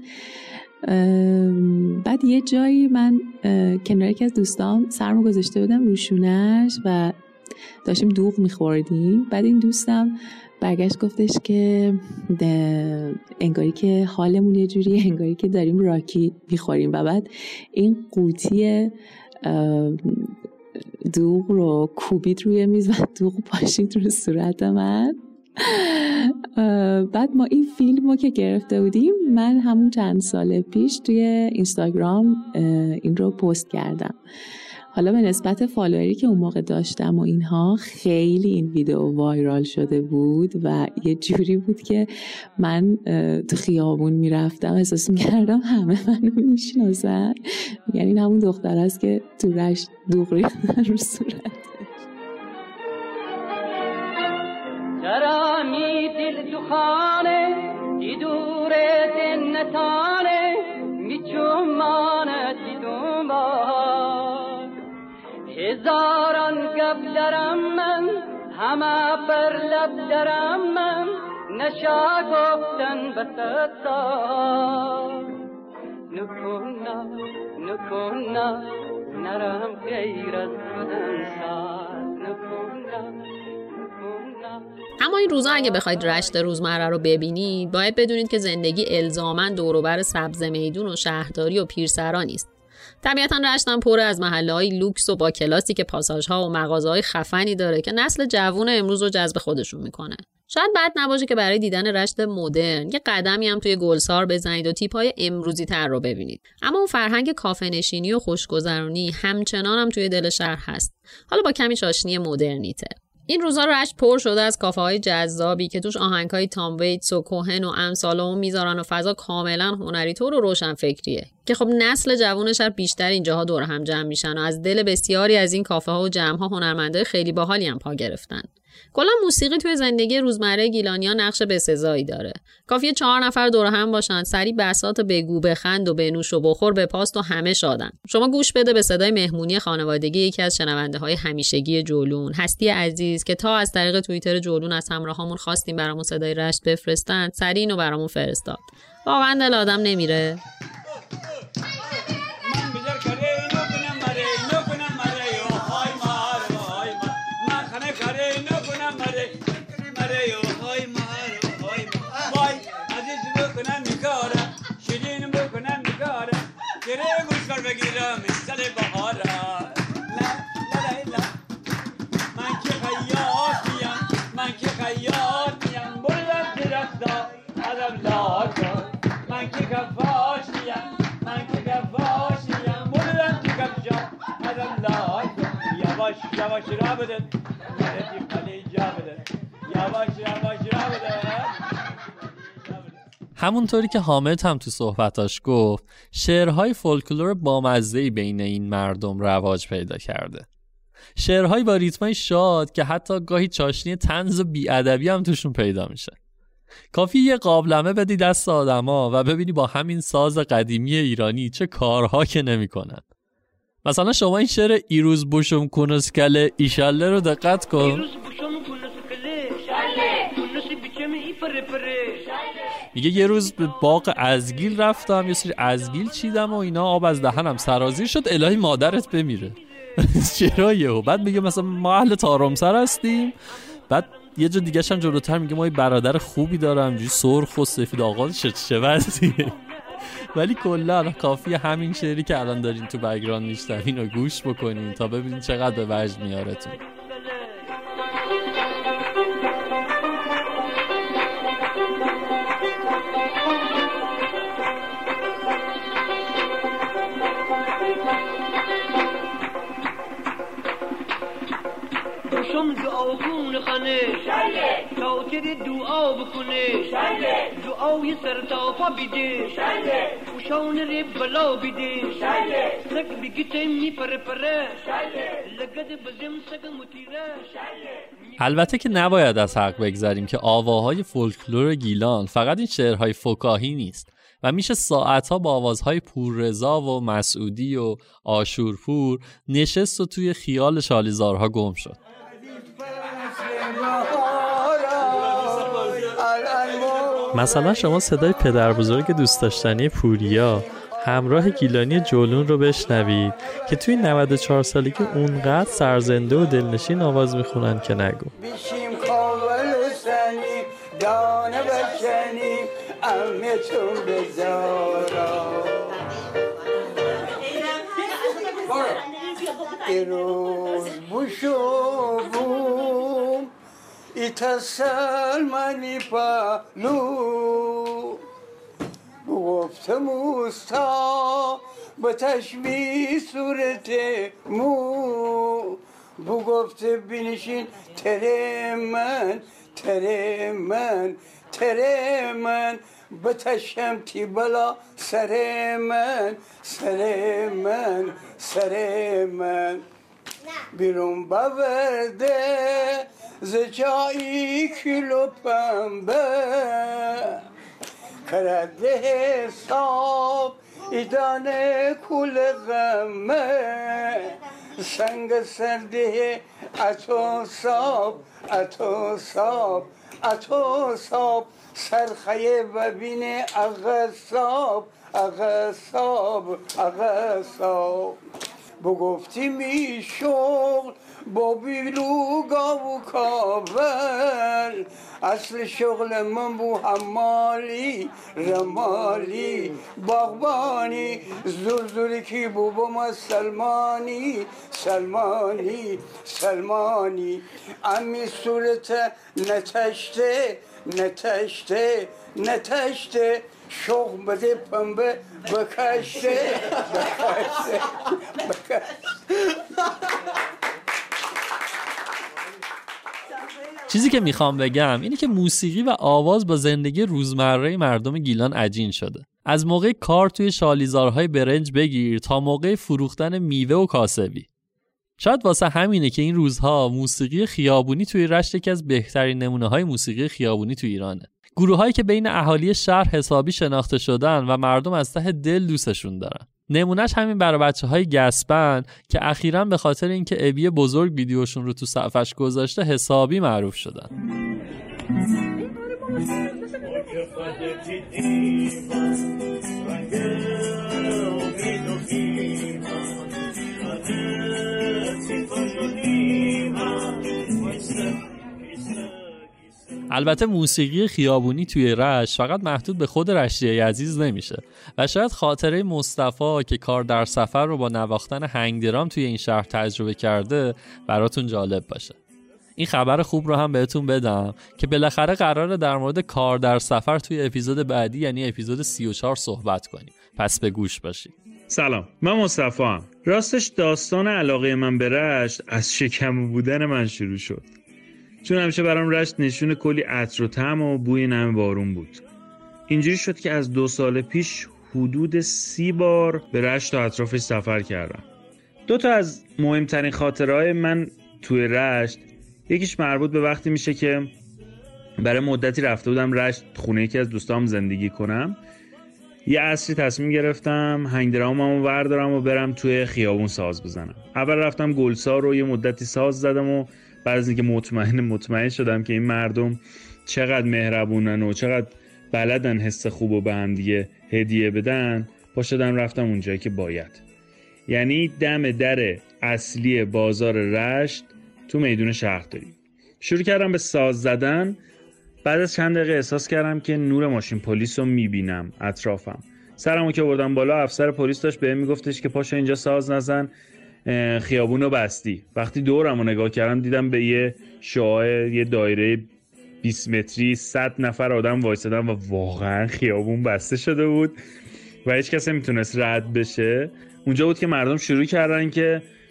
بعد یه جایی من کنار یکی از دوستام سرمو گذاشته بودم روشونش و داشتیم دوغ میخوردیم. بعد این دوستم برگشت گفتش که انگاری که حالمون یه جوریه، انگاری که داریم راکی میخوریم و بعد این قوطی دوغ رو کوبید روی میز و دوغ پاشید رو صورت من. بعد ما این فیلم رو که گرفته بودیم، من همون چند سال پیش توی اینستاگرام این رو پست کردم. حالا به نسبت فالووری که اون موقع داشتم و اینها، خیلی این ویدیو وایرال شده بود و یه جوری بود که من تو خیابون میرفتم احساس میکردم همه منو میشناسن، یعنی این همون دختر است که تو رشت دوغ ریختن رو صورتش. جرامی دل تو خانه ای دور دنتانه میچومانه تی دنبال هزاران گب درم من همه بر لب درم من نشا گفتن بسد سال نکنه نکنه نرم غیر از خودم سال نکنه. اما این روزا اگه بخواید رشت روزمره رو ببینید، باید بدونید که زندگی الزاماً دور و بر سبز میدون و شهرداری و پیرسرا نیست. طبیعتاً رشت هم پر از محله‌های لوکس و با کلاسی که پاساژها و مغازه‌های خفنی داره که نسل جوون امروز رو جذب خودشون میکنه. شاید بد نباشه که برای دیدن رشت مدرن یه قدمی هم توی گلسار بزنید و تیپ‌های امروزی تر رو ببینید. اما اون فرهنگ کافه نشینی و خوشگذرونی همچنان هم توی دل شهر هست، حالا با کمی چاشنی مدرنیته. این روزا رشت پر شده از کافه های جذابی که توش آهنگای تام ویتس و کوهن و امثال اون میذارن و فضا کاملا هنری طور و روشن فکریه که خب نسل جوون شهر بیشتر اینجاها دور هم جمع میشن و از دل بسیاری از این کافه ها و جمع ها هنرمندای خیلی باحالی هم پا گرفتن. کلا موسیقی توی زندگی روزمره گیلانی‌ها نقش بسزایی داره. کافیه چهار نفر دور هم باشن، سری بساط بگو بخند و بنوش و بخور بپاست و همه شادن. شما گوش بده به صدای مهمونی خانوادگی یکی از شنونده‌های همیشگی جولون، هستی عزیز، که تا از طریق توییتر جولون از همراهامون خواستیم برامون صدای رشت بفرستن، سری اینو برامون فرستاد. واقعا دل آدم نمیره. یواش را بده مردی خالی جا بده یواش یواش را بده. همونطوری که حامد هم تو صحبتاش گفت، شعرهای فولکلور بامزه‌ای بین این مردم رواج پیدا کرده. شعرهای با ریتمای شاد که حتی گاهی چاشنی طنز و بی‌ادبی هم توشون پیدا میشه. کافی یه قابلمه بدی دست آدما و ببینی با همین ساز قدیمی ایرانی چه کارها که نمی‌کنن. مثلا شما این شعر ایروز بوشم کنسکله ایشاله رو دقت کن. ایروز بوشم کنسکله شاله کنس بیچم ای پره پره. میگه یه روز به باغ ازگیل رفتم، یه سری ازگیل چیدم و اینا، آب از دهنم سرازیر شد، الهی مادرت بمیره. چرا یهو؟ بعد میگه مثلا ما اهل تارمسر هستیم. بعد یه جا دیگه هم جلوتر میگه ما یه برادر خوبی دارم، اینجوری سرخ و سفید، آقا چه چه وضعیه. ولی کلا کافیه همین شعری که الان دارین تو بک‌گراند میشنوین رو گوش بکنین تا ببینین چقدر به وجد میارتون. باشم دعاگون خانه شاکر دعا بکنه دعای سر تا پا بیده خوشان ری بلا بیده سگ بگیته می پره پره لگد بزم سگ متیره. البته که نباید از حق بگذاریم که آواهای فولکلور گیلان فقط این شعرهای فکاهی نیست و میشه ساعتها با آوازهای پوررضا و مسعودی و آشورپور نشست و توی خیال شالیزارها گم شد. مثلا شما صدای پدر بزرگ دوست داشتنی پوریا همراه گیلانی جولون رو بشنوید که توی نود و چهار سالگی اونقدر سرزنده و دلنشین آواز میخونن که نگو. بیشیم کامل سنی دانه بشنی امیتون بزارا ایروز بوشو بوم ایتسل منی پالو گفتم اوستا به تشبیه صورت مو بو گفته بینشین تره من تره من تره من به تشمتی بلا سر من سر من سر من بیرون بورده ز جایی کیلو پنبه کرده حساب ایدانه کول غمه سنگ سرده اتو ساب اتو ساب اتو ساب سرخیه و بینه اغصاب اغصاب اغصاب بگفتی می شغل با بیلوگا و کابل اصل شغل من بو حمالی رمالی باغبانی زور زوری کی بو بوم سلمانی سلمانی سلمانی امی صورت نتشته نتشته نتشته شوق بده پنبه بکشته بکشته بکشته. چیزی که میخوام بگم اینه که موسیقی و آواز با زندگی روزمره مردم گیلان عجین شده. از موقع کار توی شالیزارهای برنج بگیر تا موقع فروختن میوه و کاسبی. شاید واسه همینه که این روزها موسیقی خیابونی توی رشت یکی از بهترین نمونه‌های موسیقی خیابونی توی ایرانه. گروه‌هایی که بین اهالی شهر حسابی شناخته شدن و مردم از ته دل دوستشون دارن. نمونهش همین برای بچه‌های گسبن که اخیراً به خاطر اینکه ابی بزرگ ویدیوشون رو تو صفحش گذاشته حسابی معروف شدن. البته موسیقی خیابونی توی رشت فقط محدود به خود رشتی عزیز نمیشه و شاید خاطره مصطفی که کار در سفر رو با نواختن هنگ درام توی این شهر تجربه کرده براتون جالب باشه. این خبر خوب رو هم بهتون بدم که بالاخره قراره در مورد کار در سفر توی اپیزود بعدی یعنی اپیزود سی و چهار صحبت کنیم. پس به گوش باشید. سلام، من مصطفی ام. راستش داستان علاقه من به رشت از شکم بودن من شروع شد. چون همیشه برام رشت نشون کلی عطر و طعم و بوی نم بارون بود. اینجوری شد که از دو سال پیش حدود سی بار به رشت و اطرافش سفر کردم. دو تا از مهمترین خاطرهای من توی رشت، یکیش مربوط به وقتی میشه که برای مدتی رفته بودم رشت خونه یکی از دوستام زندگی کنم. یه عصری تصمیم گرفتم هنگ دراممو وردارم و برم توی خیابون ساز بزنم. اول رفتم گلسار رو یه مدتی ساز زدم و بعد از اینکه مطمئن مطمئن شدم که این مردم چقدر مهربونن و چقدر بلدن حس خوبو به هم دیگه هدیه بدن، پا شدم رفتم اونجایی که باید. یعنی دم در اصلی بازار رشت تو میدون شهرداری. شروع کردم به ساز زدن. بعد از چند دقیقه احساس کردم که نور ماشین پلیس رو میبینم اطرافم. سرمو که بردم بالا، افسر پلیس داشت بهم میگفتش که پاشو اینجا ساز نزن، خیابونو بستی. وقتی دورمو نگاه کردم دیدم به یه شعاع یه دایره بیست متری صد نفر آدم وایسادن و واقعا خیابون بسته شده بود و هیچ کسی نمیتونست رد بشه. اونجا بود که مردم شروع کردن که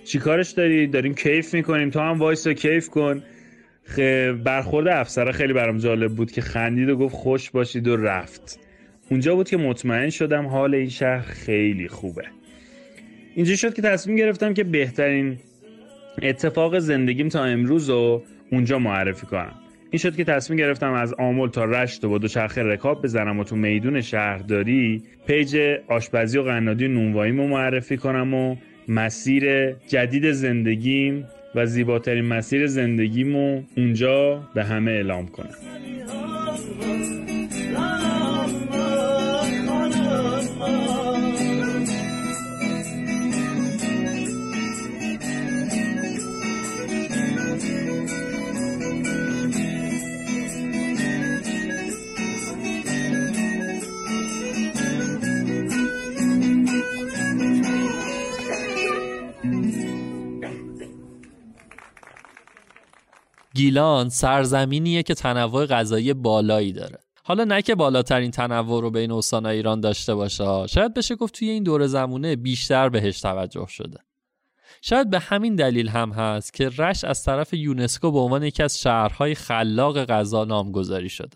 چی کارش داری؟ داریم کیف میکنیم، تو هم وایسا کیف کن. برخورد افسر خیلی برام جالب بود که خندید و گفت خوش باشید و رفت. اونجا بود که مطمئن شدم حال این شهر خیلی خوبه. اینجا شد که تصمیم گرفتم که بهترین اتفاق زندگیم تا امروز رو اونجا معرفی کنم. این شد که تصمیم گرفتم از آمل تا رشت و با دوچرخه رکاب بزنم و تو میدون شهرداری پیج آشپزی و قنادی و نونواییمو معرفی کنم و مسیر جدید زندگیم و زیباترین مسیر زندگیمو اونجا به همه اعلام کنم. گیلان سرزمینیه که تنوع غذایی بالایی داره. حالا نه که بالاترین تنوع رو بین استان‌های ایران داشته باشه، شاید بشه گفت توی این دوره زمونه بیشتر بهش توجه شده. شاید به همین دلیل هم هست که رشت از طرف یونسکو به عنوان یکی از شهرهای خلاق غذا نامگذاری شده.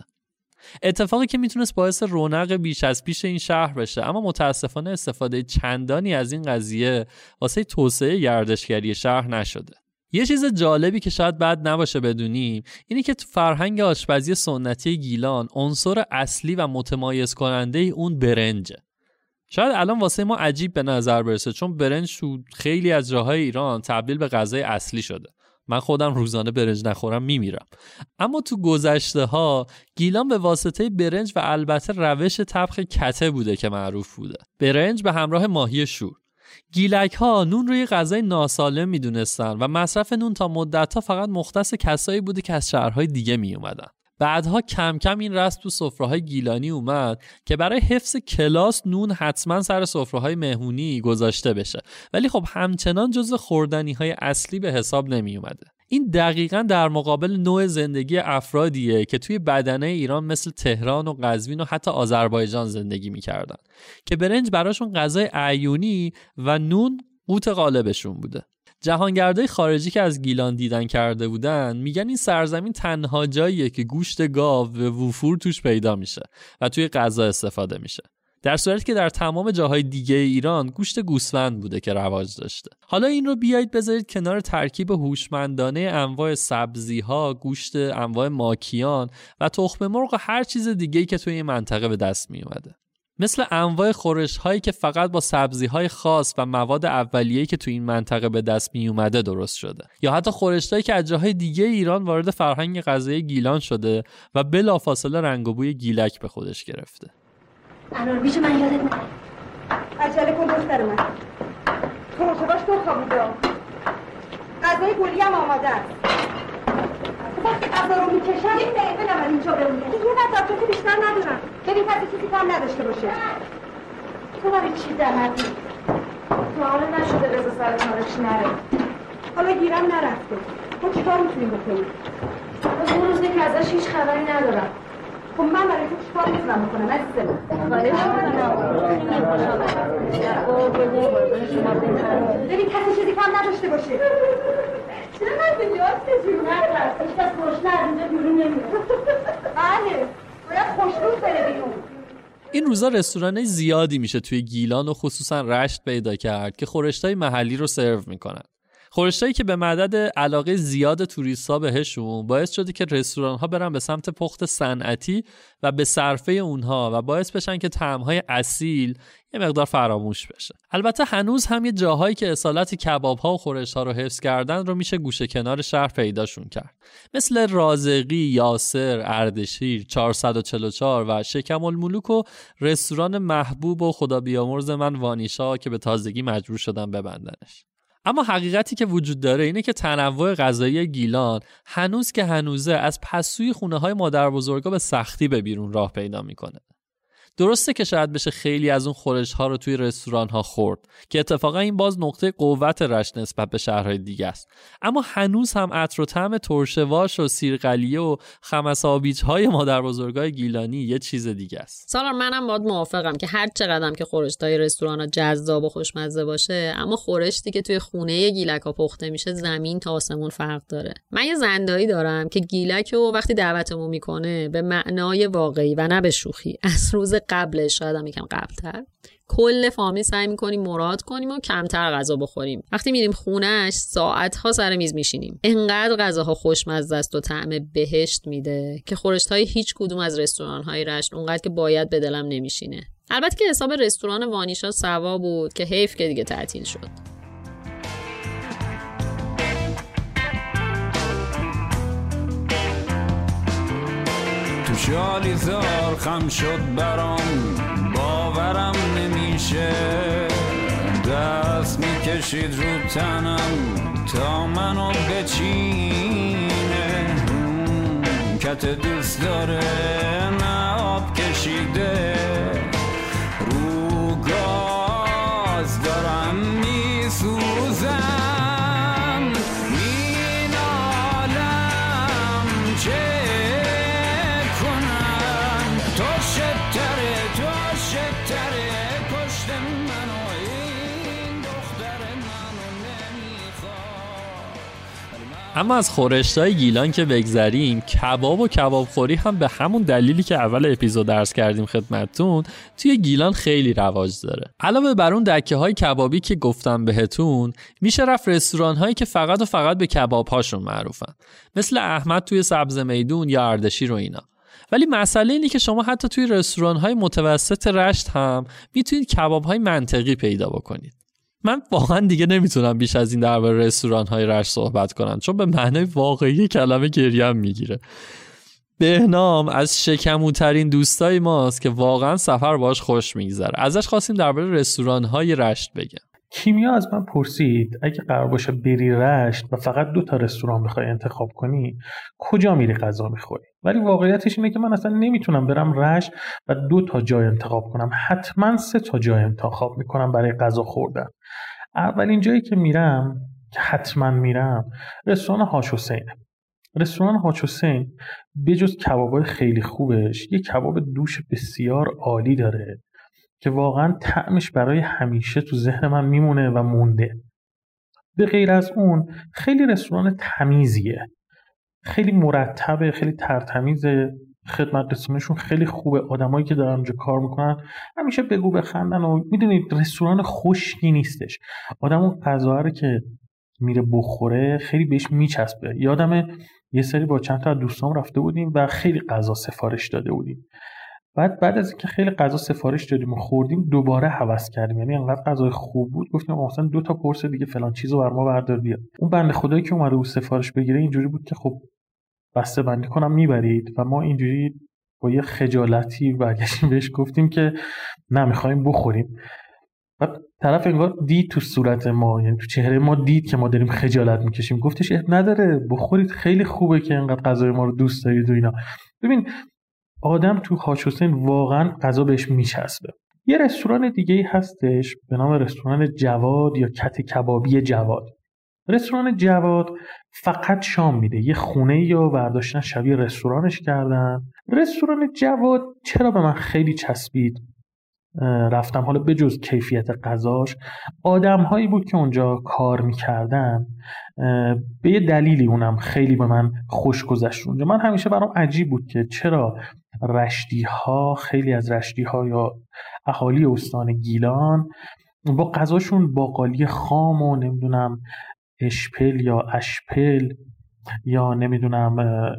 اتفاقی که میتونست باعث رونق بیش از پیش این شهر بشه، اما متاسفانه استفاده چندانی از این قضیه واسه توسعه گردشگری شهر نشده. یه چیز جالبی که شاید بد نباشه بدونیم اینه که تو فرهنگ آشپزی سنتی گیلان عنصر اصلی و متمایز کننده اون برنجه. شاید الان واسه ما عجیب به نظر برسه چون برنج تو خیلی از جاهای ایران تبدیل به غذای اصلی شده. من خودم روزانه برنج نخورم میمیرم. اما تو گذشته ها گیلان به واسطه برنج و البته روش طبخ کته بوده که معروف بوده. برنج به همراه ماهی شور. گیلک ها نون روی غذای ناسالم میدونستن و مصرف نون تا مدت‌ها فقط مختص کسایی بوده که از شهرهای دیگه می اومدن. بعدها کم کم این رسم تو سفره‌های گیلانی اومد که برای حفظ کلاس نون حتما سر سفره‌های مهمونی گذاشته بشه، ولی خب همچنان جزو خوردنی‌های اصلی به حساب نمی اومده. این دقیقاً در مقابل نوع زندگی افرادیه که توی بدنه ایران مثل تهران و قزوین و حتی آذربایجان زندگی می‌کردن که برنج براشون غذای عیونی و نون قوت غالبشون بوده. جهانگردای خارجی که از گیلان دیدن کرده بودن میگن این سرزمین تنها جاییه که گوشت گاو و وفور توش پیدا میشه و توی غذا استفاده میشه، در صورتی که در تمام جاهای دیگه ایران گوشت گوسفند بوده که رواج داشته. حالا این رو بیایید بذارید کنار ترکیب هوشمندانه انواع سبزی‌ها، گوشت انواع ماکیان و تخم مرغ و هر چیز دیگه‌ای که توی این منطقه به دست می اومده. مثل انواع خورش‌هایی که فقط با سبزی‌های خاص و مواد اولیه‌ای که توی این منطقه به دست می اومده درست شده، یا حتی خورش‌هایی که از جاهای دیگه ایران وارد فرهنگ غذایی گیلان شده و بلافاصله رنگ و بوی گیلک به خودش گرفته. انار بیش من یادت میاد. عجله کن دختر من. تو باش تو خوابیده. غذای گلی هم آماده است. وقتی غذا رو میکشم یک دقیقه نباید اینجا بمونه. یه قطعه تو که بیشتر ندارم. ببین کسی چیزی کم نداشته باشه. تو برای چی دهدی؟ تا حالا نشده بزا سر کارش نره. حالا گیرم نرفته. تو چیکار میتونی بکنی؟ از اون روزه که ازش هیچ خبری ندارم. خب من برای تو چیکار میتونم بکنم عزیزم؟ خواهش می‌کنم. ببین کسی چیزی کم نداشته باشه. چرا من به نیاز کسی نترس؟ هیچ کس خوشنه از اینجا بیرون نمیره. بله باید خوشروز بره بیرون. این روزا رستوران زیادی میشه توی گیلان و خصوصا رشت پیدا کرد که خورشتای محلی رو سرو میکنن. خورشتایی که به مدد علاقه زیاد توریستا بهشون باعث شده که رستوران‌ها برن به سمت پخت صنعتی و به صرفه اونها و باعث بشن که طعم‌های اصیل یه مقدار فراموش بشه. البته هنوز هم یه جاهایی که اصالت کباب‌ها و خورش‌ها رو حفظ کردن رو میشه گوشه کنار شهر پیداشون کرد. مثل رازقی، یاسر، اردشیر، چهارصد و چهل و چهار و شکم الملوک و رستوران محبوب و خدا بیامرز من وانیشا که به تازگی مجبور شدن ببندنش. اما حقیقتی که وجود داره اینه که تنوع غذایی گیلان هنوز که هنوزه از پسوی خونه‌های مادر بزرگا به سختی به بیرون راه پیدا میکنه. درسته که شاید بشه خیلی از اون خورش ها رو توی رستوران ها خورد که اتفاقا این باز نقطه قوت رشت نسبت به شهرهای دیگه است، اما هنوز هم عطر و طعم ترشه‌واش و سیرقلیه و خمسابیج های مادر بزرگای گیلانی یه چیز دیگه است. سالار منم باهات موافقم که هر چقدرم که خورش‌های رستوران ها جذاب و خوشمزه باشه، اما خورشتی که توی خونه گیلک ها پخته میشه زمین تا آسمون فرق داره. من یه زندایی دارم که گیلک رو وقتی دعوتمون میکنه به معنای واقعی و نه به شوخی از روز قبلش، شاید هم یکم قبل‌تر، کل فامیل سعی میکنیم مراد کنیم و کمتر غذا بخوریم. وقتی میریم خونهش ساعت‌ها سر میز میشینیم. انقدر غذاها خوشمزه است و طعم بهشت میده که خورشت‌های هیچ کدوم از رستوران‌های رشت اونقدر که باید به دلم نمیشینه. البته که حساب رستوران وانیشا سوا بود که حیف که دیگه تعطیل شد. تو شالی زار خم شد برام، باورم نمیشه، دست میکشید رو تنم تا منو بچینه، کت دوست داره نه آب کشیده، رو گاز دارم میسوزم، این عالم چه اما از خورشتای گیلان که بگذریم، کباب و کباب خوری هم به همون دلیلی که اول اپیزود درس کردیم خدمتتون توی گیلان خیلی رواج داره. علاوه بر اون دکه های کبابی که گفتم بهتون، میشه رفت رستوران هایی که فقط و فقط به کباب هاشون معروفن، مثل احمد توی سبز میدون یا اردشیر و اینا. ولی مسئله اینه که شما حتی توی رستوران های متوسط رشت هم میتونید کباب های منطقی پیدا بکنید. من واقعا دیگه نمیتونم بیش از این درباره رستوران های رشت صحبت کنم، چون به معنای واقعی کلمه گریم میگیره. بهنام از شکموترین دوستای ماست که واقعا سفر باهاش خوش میگذره. ازش خواستیم درباره رستوران های رشت بگم. کیمیا از من پرسید اگه قرار باشه بری رشت و فقط دو تا رستوران بخوای انتخاب کنی کجا میری غذا میخوری؟ ولی واقعیتش اینه که من اصلا نمیتونم برم رشت و دو تا جای انتخاب کنم، حتما سه تا جای انتخاب میکنم برای غذا خوردن. اولین جایی که میرم که حتما میرم رستوران حاج حسینه. رستوران حاج حسین بجز کبابای خیلی خوبش یه کباب دوش بسیار عالی داره که واقعا طعمش برای همیشه تو ذهن من میمونه و مونده. به غیر از اون خیلی رستوران تمیزیه، خیلی مرتبه، خیلی ترتمیزه، خدمت رسانشون خیلی خوبه، آدمایی که دارن اونجا کار میکنن همیشه بگو بخندن و میدونید رستوران خشکی نیستش. آدم اون غذا رو که میره بخوره خیلی بهش میچسبه. یادمه یه سری با چند تا از دوستام رفته بودیم و خیلی غذا سفارش داده بودیم. بعد بعد از اینکه خیلی غذا سفارش دادیم و خوردیم دوباره هوس کردیم، یعنی انقدر غذای خوب بود گفتیم مثلا دو تا قرص دیگه فلان چیزو بر ما بردار بیا. اون بنده خدایی که اومده بود سفارش بگیره اینجوری بود که خب بسته بندی کنم میبرید و ما اینجوری با یه خجالتی برگشتیم بهش گفتیم که نه میخوایم بخوریم. بعد طرف انگار دید تو صورت ما، یعنی تو چهره ما دید که ما داریم خجالت میکشیم، گفتش اه نداره بخورید خیلی خوبه که انقدر غذای ما رو دوست دارید و اینا. ببین آدم تو حاج حسین واقعا غذا بهش میچسبه. یه رستوران دیگه ای هستش به نام رستوران جواد یا کت کبابی جواد. رستوران جواد فقط شام میده، یه خونه یا برداشتن شبیه رستورانش کردن. رستوران جواد چرا به من خیلی چسبید رفتم، حالا بجز کیفیت غذاش، آدم هایی بود که اونجا کار میکردن به یه دلیلی اونم خیلی به من خوش گذشت اونجا. من همیشه برام عجیب بود که چرا رشتی ها، خیلی از رشتی ها یا اهالی استان گیلان با غذاشون باقالی خام و نمیدونم اشپل یا اشپل یا نمیدونم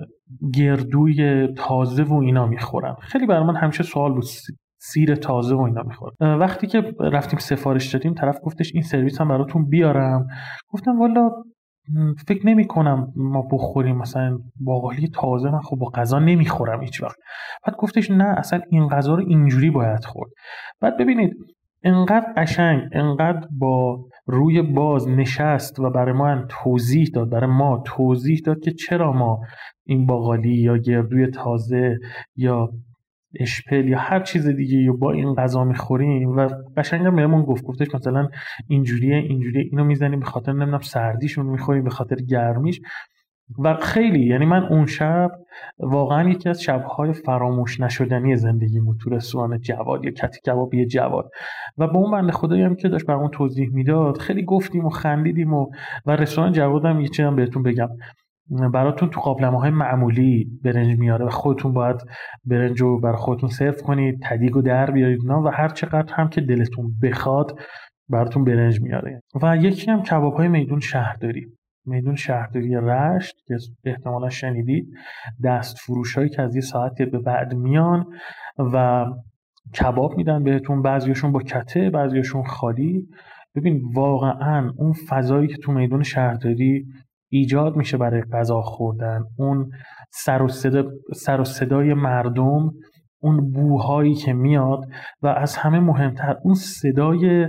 گردوی تازه و اینا میخورن. خیلی برای من همیشه سوال بود، سیر تازه و اینا میخورن. وقتی که رفتیم سفارش دادیم طرف گفتش این سرویس هم براتون بیارم، گفتم والا فکر نمی کنم ما بخوریم مثلا باقالی تازه، من خب با غذا نمیخورم هیچ وقت. بعد گفتش نه اصلا این غذا رو اینجوری باید خورد. بعد ببینید انقدر قشنگ، انقدر با روی باز نشست و برای ما توضیح داد، برای ما توضیح داد که چرا ما این باقالی یا گردوی تازه یا اشپل یا هر چیز دیگه یا با این غذا میخوریم و قشنگا بهمون گفت گفتش مثلا اینجوریه اینجوریه اینو میزنیم به خاطر نمیدونم سردیشون میخوریم به خاطر گرمیش و خیلی یعنی من اون شب واقعا یکی از شب‌های فراموش نشدنی زندگیم بود تو رستوران جواد یا کتی کبابی جواد و با اون بنده خدایی هم که داشت برامون توضیح میداد خیلی گفتیم و خندیدیم و و رستوران جواد هم یه چیزی هم بهتون بگم براتون تو قابلمه‌های معمولی برنج میاره و خودتون باید برنج رو برای خودتون سرو کنید تدیگو در بیارید و هر چقدر هم که دلتون بخواد براتون برنج میاره و یکی هم کباب‌های میدون شهرداری میدون شهرداری رشت که احتمالا شنیدید دست فروش هایی که از یه ساعتی به بعد میان و کباب میدن بهتون بعضیشون با کته بعضیشون خالی ببین واقعا اون فضایی که تو میدون شهرداری ایجاد میشه برای غذا خوردن اون سر و صدا سر و صدای مردم اون بوهایی که میاد و از همه مهمتر اون صدای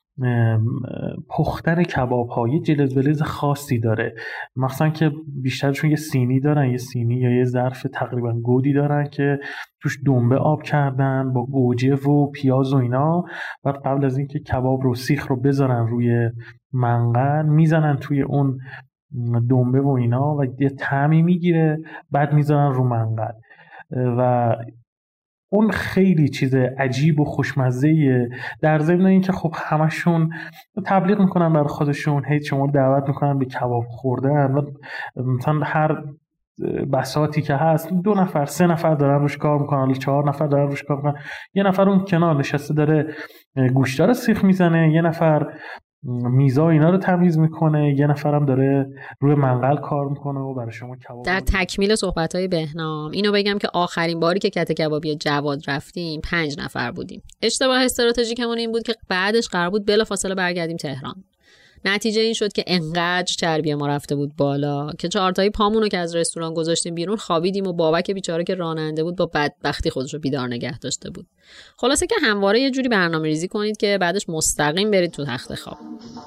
پختن کباب ها یه جلز ولز خاصی داره مثلا که بیشترشون یه سینی دارن یه سینی یا یه ظرف تقریبا گودی دارن که توش دنبه آب کردن با گوجه و پیاز و اینا و قبل از اینکه کباب رو سیخ رو بذارن روی منقل میزنن توی اون دنبه و اینا و یه طعمی میگیره بعد میذارن رو منقل و اون خیلی چیز عجیب و خوشمزه‌ایه در ضمن اینکه خب همشون تبلیغ میکنن برای خودشون هی شما رو دعوت میکنن به کباب خوردن و مثلا هر بساطی که هست دو نفر سه نفر دارن روش کار میکنن چهار نفر دارن روش کار میکنن یه نفر اون کنار نشسته داره گوشتار سیخ میزنه یه نفر میزا اینا رو تمیز میکنه یه نفرم داره روی منقل کار میکنه و برای شما کباب. در تکمیل صحبت‌های بهنام اینو بگم که آخرین باری که کته کبابی جواد رفتیم پنج نفر بودیم. اشتباه استراتژیکمون این بود که بعدش قرار بود بلافاصله برگردیم تهران. نتیجه این شد که انقدر چربی ما رفته بود بالا که چهارتایی پامونو که از رستوران گذاشتیم بیرون خوابیدیم و بابک بیچاره که راننده بود با بدبختی خودش رو بیدار نگه داشته بود. خلاصه که همواره یه جوری برنامه‌ریزی کنید که بعدش مستقیم برید تو تخت خواب.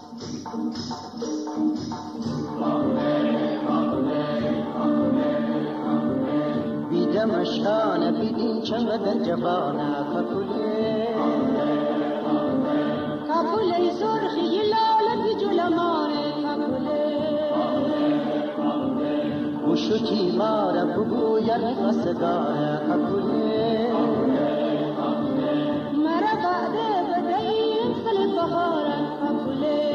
بیدم اشکانه بیدین چمدن جبانه ککوله ککوله سرخی لاله بی جلمانه ککوله گوشتی ماره بگوید قصداره ککوله مرا بعده بدهیم سل بهاره ککوله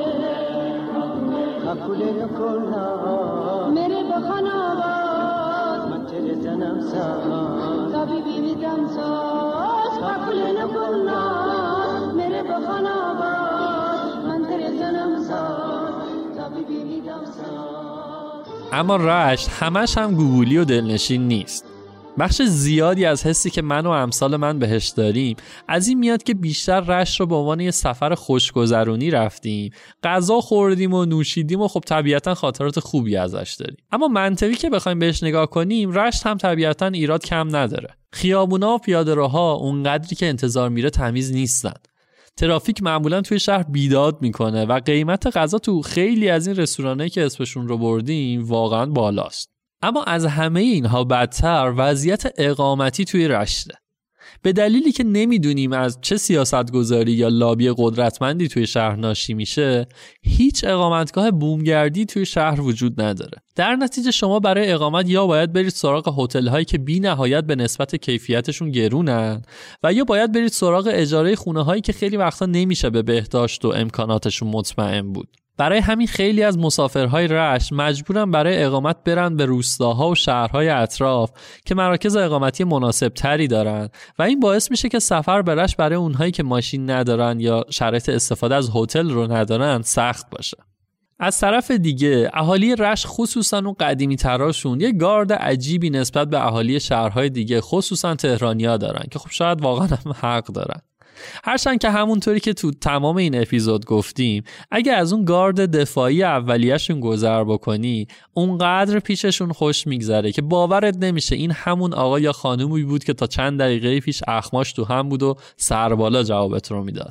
ککوله نکرنا میره بخانا باز من تیره زنم ساز کبی بیمیدم ساز ککوله نکرنا میره بخانا باز من تیره زنم ساز کبی بیمیدم ساز. اما رشت همش هم گوگولی و دلنشین نیست. بخش زیادی از حسی که من و امثال من بهش داریم از این میاد که بیشتر رشت رو به عنوان یه سفر خوشگذرونی رفتیم، غذا خوردیم و نوشیدیم و خب طبیعتا خاطرات خوبی ازش داریم. اما منطقی که بخوایم بهش نگاه کنیم رشت هم طبیعتا ایراد کم نداره. خیابونا و پیاده‌روها اونقدری که انتظار میره تمیز نیستن. ترافیک معمولا توی شهر بیداد میکنه و قیمت غذا تو خیلی از این رستورانایی که اسمشون رو بردیم واقعا بالاست. اما از همه اینها بدتر وضعیت اقامتی توی رشته. به دلیلی که نمیدونیم از چه سیاستگذاری یا لابی قدرتمندی توی شهر ناشی میشه، هیچ اقامتگاه بومگردی توی شهر وجود نداره. در نتیجه شما برای اقامت یا باید برید سراغ هتل‌هایی که بی نهایت به نسبت کیفیتشون گرونن و یا باید برید سراغ اجاره خونه‌هایی که خیلی وقتا نمیشه به بهداشت و امکاناتشون مطمئن بود. برای همین خیلی از مسافرهای رشت مجبورن برای اقامت برن به روستاها و شهرهای اطراف که مراکز اقامتی مناسب تری دارن و این باعث میشه که سفر به رشت برای اونهایی که ماشین ندارن یا شرایط استفاده از هتل رو ندارن سخت باشه. از طرف دیگه اهالی رشت خصوصا اون قدیمی تراشون یه گارد عجیبی نسبت به اهالی شهرهای دیگه خصوصا تهرانیا دارن که خب شاید واقعا هم حق دارن. هرچند که همونطوری که تو تمام این اپیزود گفتیم اگه از اون گارد دفاعی اولیه‌شون گذر بکنی اونقدر پیششون خوش میگذره که باورت نمیشه این همون آقا یا خانومی بود که تا چند دقیقه پیش اخماش تو هم بود و سربالا جوابت رو میداد.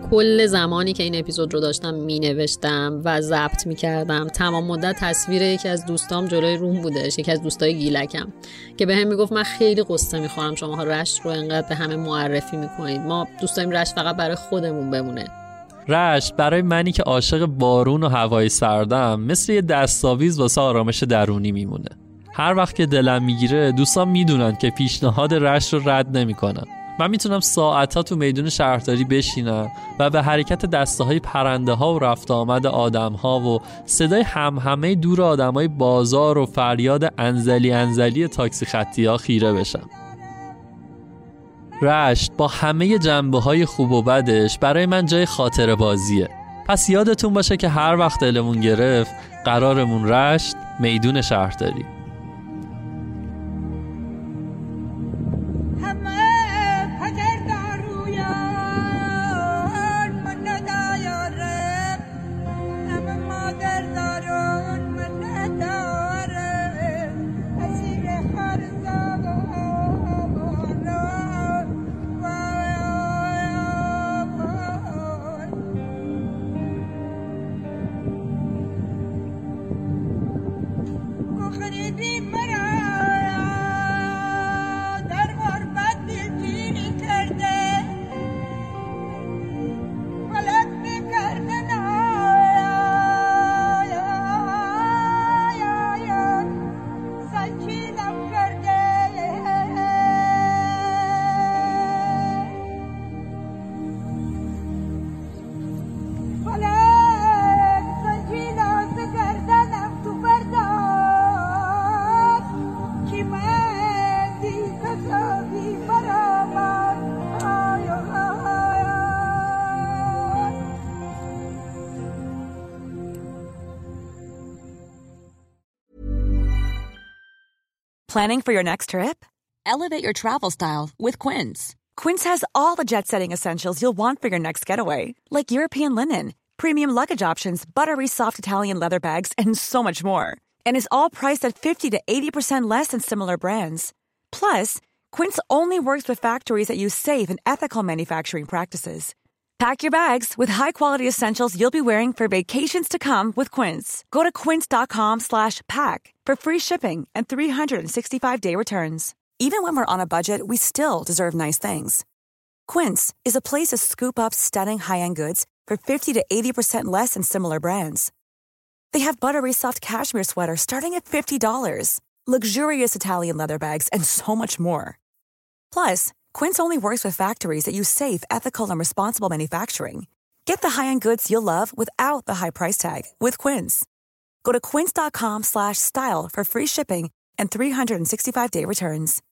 کل زمانی که این اپیزود رو داشتم می نوشتم و ضبط می کردم تمام مدت تصویر یکی از دوستام جلوی روم بودش، یکی از دوستای گیلکم که به هم می گفت من خیلی قصه می خورم شماها رشت رو انقدر به همه معرفی می کنید، ما دوست داریم رشت فقط برای خودمون بمونه. رشت برای منی که عاشق بارون و هوای سردم مثل یه دستاویز واسه آرامش درونی میمونه. هر وقت که دلم میگیره دوستان میدونن که پیشنهاد رشت رو رد نمیکنن. من میتونم ساعتها تو میدون شهرداری بشینم و به حرکت دسته های پرنده ها و رفت آمد آدم ها و صدای همهمه دور آدم های بازار و فریاد انزلی انزلی تاکسی خطی ها خیره بشم. رشت با همه جنبه های خوب و بدش برای من جای خاطره بازیه. پس یادتون باشه که هر وقت دلمون گرفت قرارمون رشت میدون شهرداری. Planning for your next trip? Elevate your travel style with Quince. Quince has all the jet-setting essentials you'll want for your next getaway, like European linen, premium luggage options, buttery soft Italian leather bags, and so much more. And is all priced at fifty to eighty percent less than similar brands. Plus, Quince only works with factories that use safe and ethical manufacturing practices. Pack your bags with high-quality essentials you'll be wearing for vacations to come with Quince. Go to quince.com slash pack for free shipping and three sixty-five day returns. Even when we're on a budget, we still deserve nice things. Quince is a place to scoop up stunning high-end goods for fifty to eighty percent less than similar brands. They have buttery soft cashmere sweaters starting at fifty dollars, luxurious Italian leather bags, and so much more. Plus, Quince only works with factories that use safe, ethical, and responsible manufacturing. Get the high-end goods you'll love without the high price tag with Quince. Go to quince.com slash style for free shipping and three sixty-five day returns.